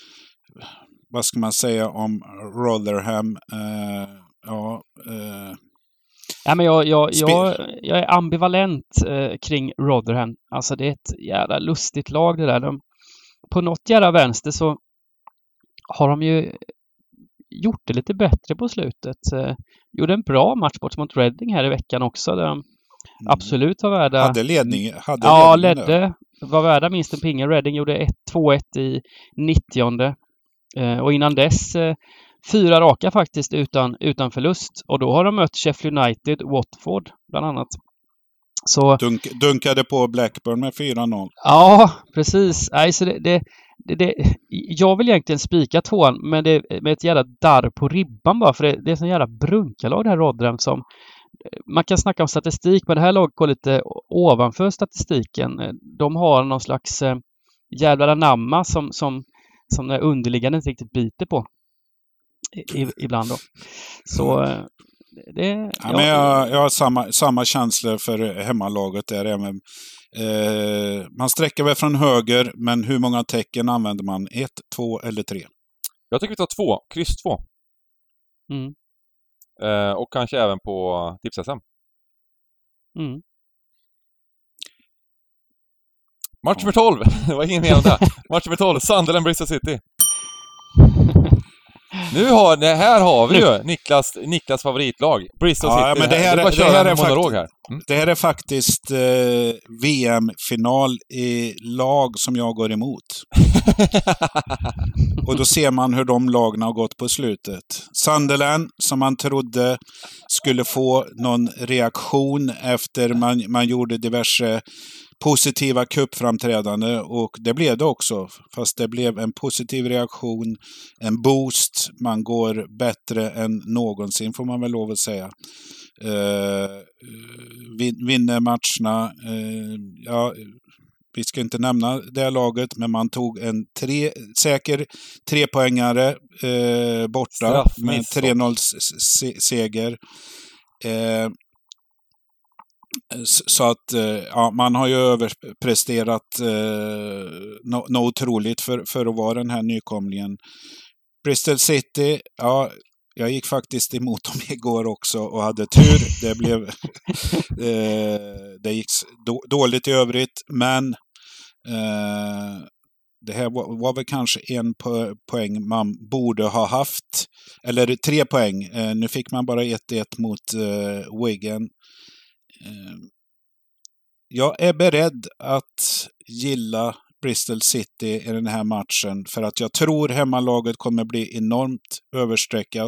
vad ska man säga om Rotherham? Eh, ja... Eh, Ja, men jag, jag, Spel. jag, jag är ambivalent eh, kring Rotherham. Alltså det är ett jävla lustigt lag det där. De, på något jävla vänster så har de ju gjort det lite bättre på slutet. Eh, gjorde en bra match bort mot Reading här i veckan också. Där de absolut var värda... hade ledning. Hade Ja, ledningen där. ledde. Var värda minst en pinge. Reading gjorde ett två ett i nittionde. Eh, och innan dess eh, fyra raka faktiskt utan, utan förlust. Och då har de mött Sheffield United, Watford bland annat. Så Dunk, dunkade på Blackburn med fyra noll. ja, precis. Nej, så det, det, det, det, jag vill egentligen spika tvåan, men det med ett jävla darr på ribban bara. För det, det är sån jävla brunkalag det här Rotherham som... Man kan snacka om statistik, men det här laget går lite ovanför statistiken. De har någon slags eh, jävla anamma som, som, som det underliggande inte riktigt biter på. I, ibland då. Så eh, det... Ja, ja, men jag, jag har samma, samma känsla för hemmalaget där. Även, eh, man sträcker väl från höger, men hur många tecken använder man? Ett, två eller tre? Jag tycker vi tar två, kryss två. Mm, Eh, och kanske även på Tips-S M. mm. Match nummer tolv! Det var ingen mer om det. Match nummer tolv, Sunderland Bristol City. Nu har, det här har vi ju Niklas, Niklas favoritlag. Bristol Ja, City. men det här är är- bara det köra här en är monolog fakt- här. Mm. Det här är faktiskt eh, V M-final i lag som jag går emot. Och då ser man hur de lagen har gått på slutet. Sunderland, som man trodde skulle få någon reaktion efter man, man gjorde diverse positiva cupframträdande, och det blev det också. Fast det blev en positiv reaktion, en boost. Man går bättre än någonsin, får man väl lov att säga. Uh, vin, vinner matcherna. Uh, ja, vi ska inte nämna det här laget, men man tog en tre, säker trepoängare uh, borta med tre noll seger. Uh, Så att ja, man har ju överpresterat eh, något no otroligt för, för att vara den här nykomlingen. Bristol City, ja, jag gick faktiskt emot dem igår också och hade tur. Det blev eh, det gick då, dåligt i övrigt, men eh, det här var, var väl kanske en po poäng man borde ha haft. Eller tre poäng. Eh, nu fick man bara ett ett mot eh, Wigan. Jag är beredd att gilla Bristol City i den här matchen för att jag tror hemmalaget kommer bli enormt överstreckat.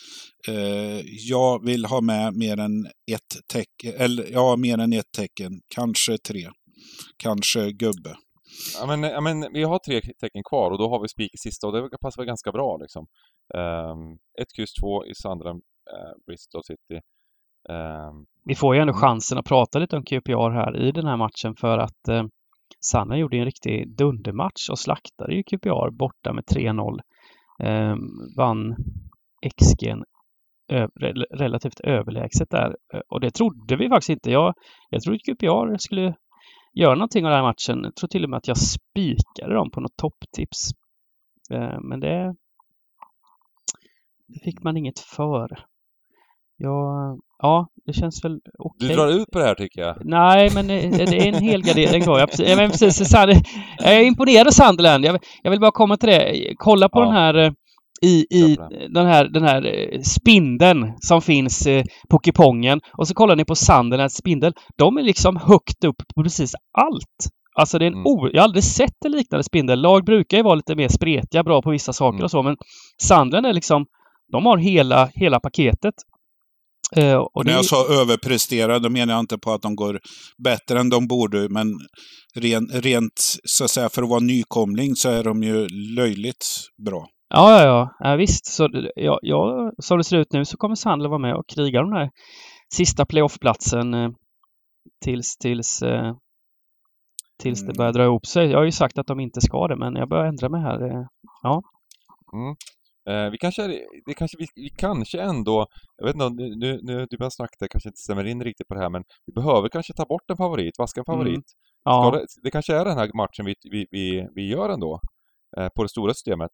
Jag vill ha med mer än ett tecken, eller ja, mer än ett tecken, kanske tre, kanske gubbe. Ja men, ja, men vi har tre tecken kvar och då har vi spik i sista och det passar väl ganska bra liksom. Um, ett kryss två i Sunderland, uh, Bristol City. Um, vi får ju ändå chansen att prata lite om Q P R här i den här matchen för att uh, Sanna gjorde en riktig dundermatch och slaktade ju Q P R borta med tre noll. Um, vann X G Ö- relativt överlägset där. Och det trodde vi faktiskt inte. Jag, jag trodde att Q P R skulle göra någonting av den här matchen. Jag tror till och med att jag spikade dem på något topptips. Eh, men det, det fick man inget för. Jag, ja, det känns väl okej. Du drar ut på det här tycker jag. Nej, men det är en helgardering då. Jag, jag, men precis, jag är imponerad av Sunderland. Jag, jag vill bara komma till det. Kolla på ja. den här i, i den här, den här spindeln som finns på kupongen. Och så kollar ni på Sunderlands spindel. De är liksom högt upp på precis allt. Alltså det är en mm. o... Jag har aldrig sett en liknande spindel. Lag brukar ju vara lite mer spretiga, bra på vissa saker mm. och så. Men Sunderland är liksom, de har hela, hela paketet. Uh, och och när det... jag sa överprestera, då menar jag inte på att de går bättre än de borde, men ren, rent så att säga för att vara nykomling så är de ju löjligt bra. Ja, ja, ja. ja visst. Så ja, ja, som det ser ut nu så kommer Sandler vara med och kriga den här sista playoffplatsen eh, tills, tills, eh, tills mm. det börjar dra ihop sig. Jag har ju sagt att de inte ska det, men jag börjar ändra mig här. Eh, ja. Mm. Eh, vi kanske, det kanske vi, vi kanske ändå, jag vet inte, nu, nu du börjar snacka, det kanske inte stämmer in riktigt på det här, men vi behöver kanske ta bort en favorit, vaska en favorit. Mm. Ja. Det, det kanske är den här matchen vi, vi, vi, vi gör ändå eh, på det stora systemet.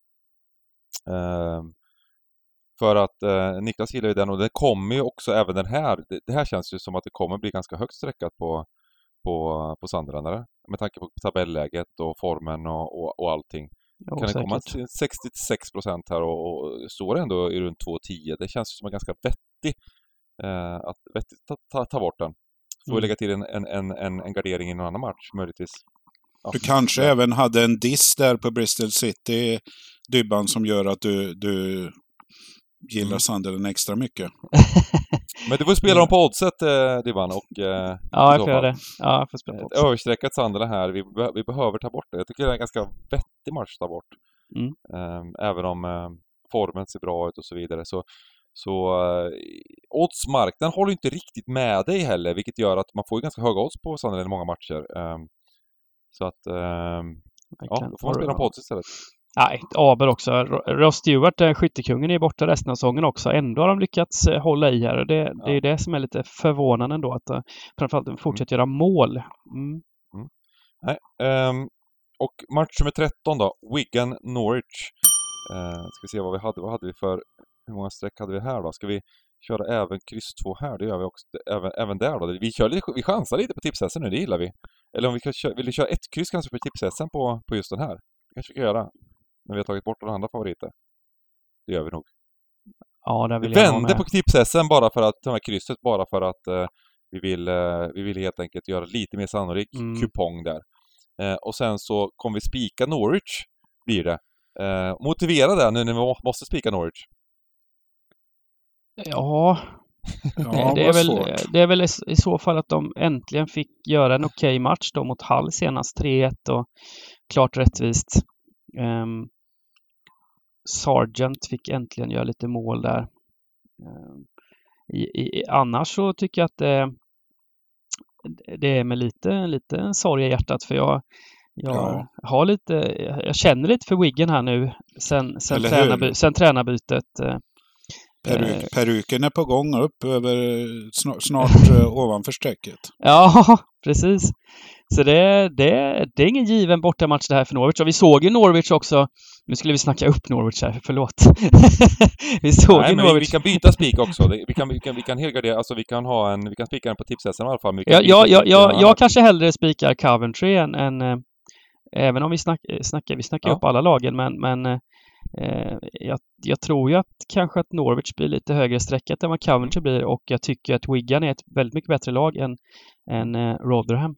Uh, för att uh, Niklas gillar ju den och det kommer ju också även den här. Det, det här känns ju som att det kommer bli ganska högt sträckat på, på, på Sandränare. Med tanke på tabelläget och formen och, och, och allting. Jo, kan det säkert komma till sextiosex procent här och, och står ändå i runt två tio. Det känns som en ganska vettig uh, att vettigt ta, ta, ta bort den. Får mm. vi lägga till en, en, en, en, en gardering i någon annan match möjligtvis. Ja, du kanske ja. även hade en diss där på Bristol City, Dybban, som gör att du, du gillar mm. Sunderland extra mycket. Men du får spela dem på oddset, eh, Dybban. Och, eh, ja, jag får göra det. Ja, jag får spela på oddset. Översträckat Sunderland här. Vi, be- vi behöver ta bort det. Jag tycker det är en ganska vettig match att ta bort. Mm. Eh, även om eh, formen ser bra ut och så vidare. Så, så eh, oddsmarknaden håller inte riktigt med dig heller. Vilket gör att man får ganska höga odds på Sunderland i många matcher. Eh, Så att, eh, ja, då får man spela på odds istället. Nej, Aber också. Ross Stewart, skyttekungen, är borta resten av säsongen också. Ändå har de lyckats hålla i här. Och det, ja. det är det som är lite förvånande ändå. Att uh, framförallt de fortsätter mm. göra mål. Mm. Mm. Nej, um, och match nummer tretton då. Wigan Norwich. Uh, ska vi se vad vi hade. Vad hade vi för... Hur många streck hade vi här då? Ska vi köra även kryss två här? Det gör vi också. Även, även där då. Vi, kör lite, vi chansar lite på tipshästen nu. Det gillar vi. Eller om vi kan köra, vill vi köra ett kryss kanske på tipshästen på, på just den här. Det kanske vi kan göra. När vi har tagit bort de andra favoriter. Det gör vi nog. Ja, det vill vi jag vänder på tipshästen bara för att, det här krysset, bara för att uh, vi, vill, uh, vi vill helt enkelt göra lite mer sannolik mm. kupong där. Uh, och sen så kommer vi spika Norwich, blir det. Uh, motivera det nu när vi måste spika Norwich. Ja, ja det, är väl, det är väl i så fall att de äntligen fick göra en okej okay match då mot Hull senast tre ett och klart rättvist. Um, Sargent fick äntligen göra lite mål där. Um, i, i, annars så tycker jag att det, det är med lite, lite sorg i hjärtat, för jag, jag ja. har lite, jag känner lite för Wigan här nu sen, sen, tränarby, sen tränarbytet. Peruk, peruken är på gång upp över snart, snart ovanför strecket. Ja, precis. Så det, det, det är ingen given bortamatch det här för Norwich. Och vi såg ju Norwich också. Nu skulle vi snacka upp Norwich här, förlåt. vi såg Nej, ju men Norwich. Vi, vi kan byta spik också. Vi kan, vi kan, vi kan helgardera, alltså vi kan ha en, vi kan spika den på tipshästen i alla fall. Ja, ja, ja, ja, jag kanske hellre spikar Coventry än, än äh, även om vi snack, snackar, vi snackar ja. upp alla lagen, men, men äh, jag, jag tror ju att kanske att Norwich blir lite högre sträckat än vad Coventry blir, och jag tycker att Wigan är ett väldigt mycket bättre lag än, än äh, Rotherham.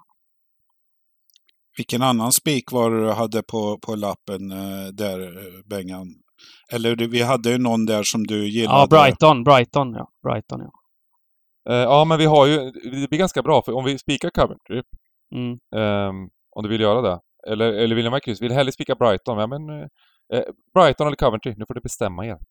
Vilken annan spik var du hade på, på lappen äh, där, Bengan? Eller vi hade ju någon där som du gillade. Ja, Brighton, Brighton, ja. Brighton, ja. Uh, ja, men vi har ju, det blir ganska bra, för om vi spikar Coventry mm. um, om du vill göra det. Eller, eller vill jag med kryss? Vill hellre spika Brighton? Ja, men, eh, Brighton eller Coventry, nu får du bestämma er.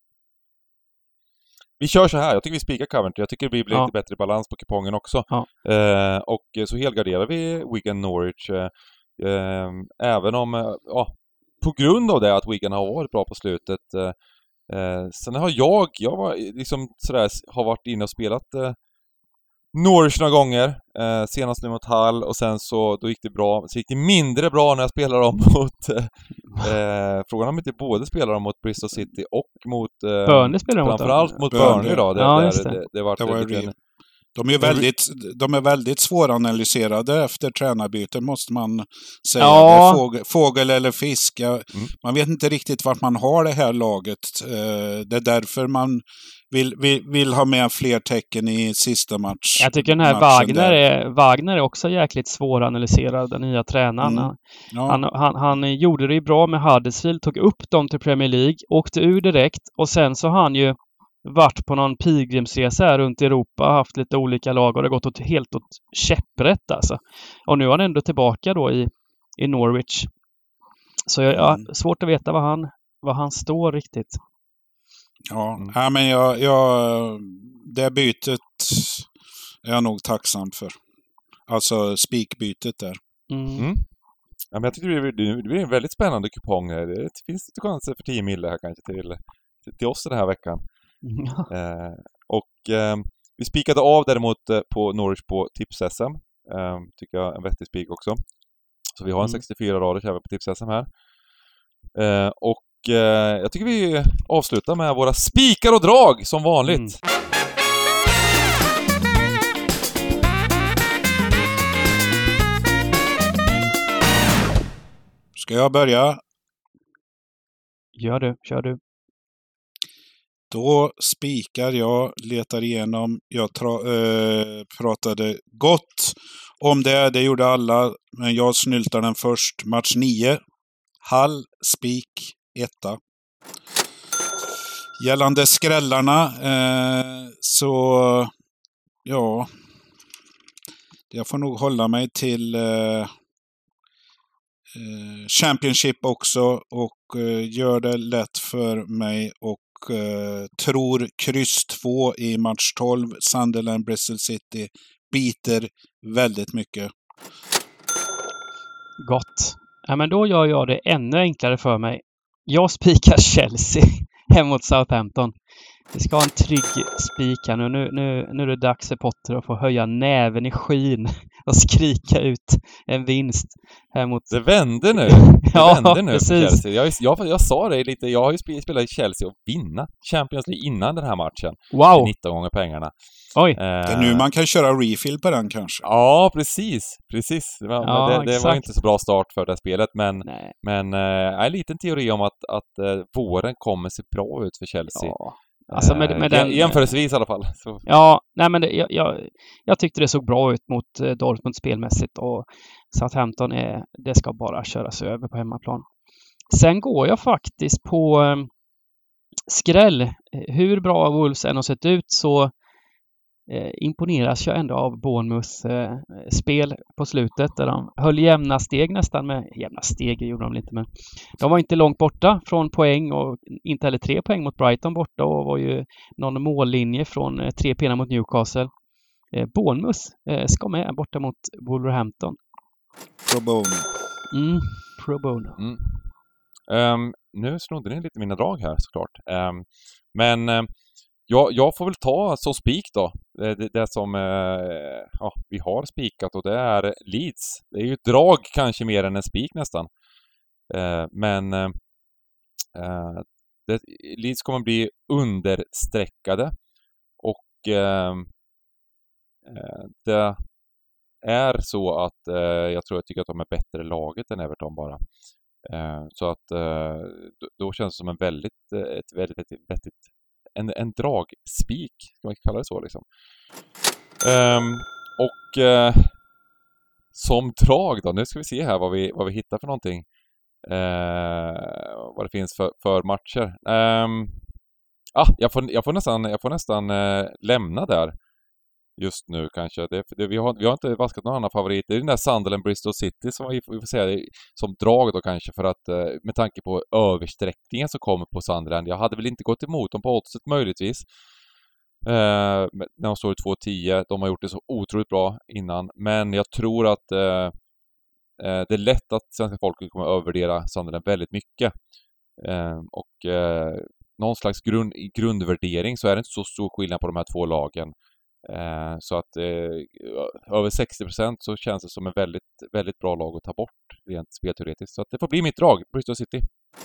Vi kör så här, jag tycker vi spikar Coventry. Jag tycker det blir ja. lite bättre balans på kupongen också. Ja. Eh, och så helgarderar vi Wigan Norwich. Eh, eh, även om, eh, ja, på grund av det att Wigan har varit bra på slutet. Eh, eh, sen har jag, jag var liksom sådär, har varit inne och spelat eh, Norwich några gånger. Eh, senast nu mot Hull och sen så då gick det bra. Så gick det mindre bra när jag spelade dem mot eh, frågan om inte både spelar dem mot Bristol City och mot eh, Burnley spelar de framförallt mot Burnley då. Det, ja, där, det. det, det, var det var lite, de är väldigt de är väldigt svåranalyserade efter tränarbyten måste man säga. Ja. Det är fågel, fågel eller fisk. Mm. Man vet inte riktigt vart man har det här laget. Eh, det är därför man Vill, vill, vill ha med fler tecken i sista match. Jag tycker den här Wagner är, Wagner är också jäkligt svåranalyserad, den nya tränaren. Mm. Ja. Han, han, han gjorde det ju bra med Huddersfield, tog upp dem till Premier League, åkte ur direkt och sen så har han ju varit på någon pilgrimsresa här runt i Europa, haft lite olika lag och det har gått åt, helt åt käpprätt alltså. Och nu är han ändå tillbaka då i, i Norwich. Så jag har mm. svårt att veta vad han, vad han står riktigt. Ja, mm. ja men jag, jag, det bytet är jag nog tacksam för. Alltså spikbytet där. Mm. Mm. Ja, men jag tycker det blir, det blir en väldigt spännande kupong. Det finns lite chanser för tio mille här kanske till, till, till oss den här veckan. Mm. Eh, och eh, vi spikade av däremot eh, på Norwich på Tips-S M. Eh, tycker jag en vettig spik också. Så vi har en mm. sextiofyra rader kör vi på Tips-S M här. Eh, och jag tycker vi avslutar med våra spikar och drag som vanligt. Mm. Ska jag börja? Gör du, kör du. Då spikar jag, letar igenom. Jag tra- äh, pratade gott om det, det gjorde alla. Men jag snyltar den först. Match nio. Hull, spik. Etta. Gällande skrällarna eh, så ja jag får nog hålla mig till eh, Championship också och eh, gör det lätt för mig och eh, tror kryss två i match tolv Sunderland Bristol City biter väldigt mycket. Gott. Ja, men då gör jag det ännu enklare för mig. Jag spikar Chelsea hem mot Southampton. Vi ska ha en trygg spik här nu. Nu, nu. nu är det dags för Potter att få höja näven i skyn och skrika ut en vinst här mot... Det vände nu. Det ja, vände nu precis. För Chelsea. Jag, jag, jag sa det lite. Jag har ju spelat i Chelsea och vinna Champions League innan den här matchen. Wow. nitton gånger pengarna. Oj. Eh, det är nu man kan köra refill på den kanske. Ja, precis. Precis. Det var, ja, det, det var inte så bra start för det här spelet. Men, men eh, en liten teori om att, att eh, våren kommer se bra ut för Chelsea. Ja. Alltså med, med den, jämförelsevis i alla fall. Så. Ja, nej men det, jag, jag, jag tyckte det såg bra ut mot eh, Dortmund spelmässigt och Southampton är, det ska bara köras över på hemmaplan. Sen går jag faktiskt på eh, skräll. Hur bra Wolves än har sett ut så eh, imponeras jag ändå av Bournemouths eh, spel på slutet där de höll jämna steg nästan med, jämna steg gjorde de inte men de var inte långt borta från poäng och inte heller tre poäng mot Brighton borta och var ju någon mållinje från eh, tre pinnar mot Newcastle. Eh, Bournemouth eh, ska med borta mot Wolverhampton. Pro bono. Mm, pro bono. Mm. Um, nu snodde ni lite mina drag här såklart. Um, men um, Ja, jag får väl ta som spik då. Det, det som eh, ja, vi har spikat och det är Leeds. Det är ju ett drag kanske mer än en spik nästan. Eh, men eh, det, Leeds kommer bli understreckade och eh, det är så att eh, jag tror jag tycker att de är bättre laget än Everton bara. Eh, så att eh, då, då känns det som en väldigt, ett väldigt, väldigt vettigt En, en dragspik, ska man kalla det så liksom. Um, och uh, som drag då, nu ska vi se här vad vi, vad vi hittar för någonting. Uh, vad det finns för, för matcher. Um, ah, jag, får, jag får nästan, jag får nästan uh, lämna där. just nu kanske. Det, det, vi, har, vi har inte vaskat någon annan favorit. Det är den där Sunderland Bristol City som vi, vi får säga det, som drag då kanske, för att med tanke på översträckningen som kommer på Sunderland. Jag hade väl inte gått emot dem på oddset möjligtvis. Eh, när de står i två tio. De har gjort det så otroligt bra innan. Men jag tror att eh, det är lätt att svenska folket kommer att övervärdera Sunderland väldigt mycket. Eh, och eh, någon slags grund, i grundvärdering så är det inte så stor skillnad på de här två lagen. Eh, så att eh, över sextio procent så känns det som en väldigt, väldigt bra lag att ta bort rent spelteoretiskt. Så att det får bli mitt drag, Bristol City.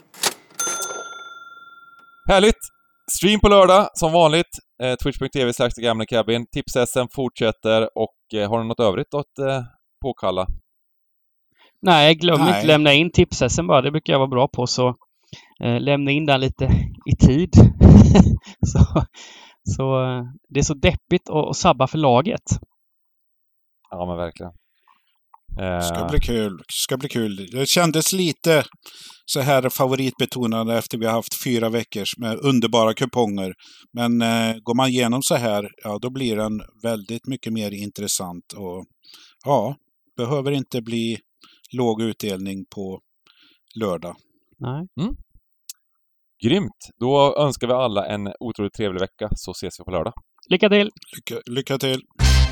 Härligt! Stream på lördag, som vanligt. Eh, Twitch punkt tv slash The Gambling Cabin. Tips-S M fortsätter och eh, har ni något övrigt att eh, påkalla? Nej, glöm Nej. inte lämna in tips-S M bara. Det brukar jag vara bra på, så eh, lämna in den lite i tid. så så eh, det är så deppigt att, att sabba för laget. Ja, men verkligen. Ska bli kul. Ska bli kul. Det kändes lite så här favoritbetonande efter vi har haft fyra veckors med underbara kuponger. Men eh, går man igenom så här, ja, då blir den väldigt mycket mer intressant. Och ja, behöver inte bli låg utdelning på lördag. Nej. Mm. Grymt. Då önskar vi alla en otroligt trevlig vecka, så ses vi på lördag. Lycka till! Lycka, lycka till!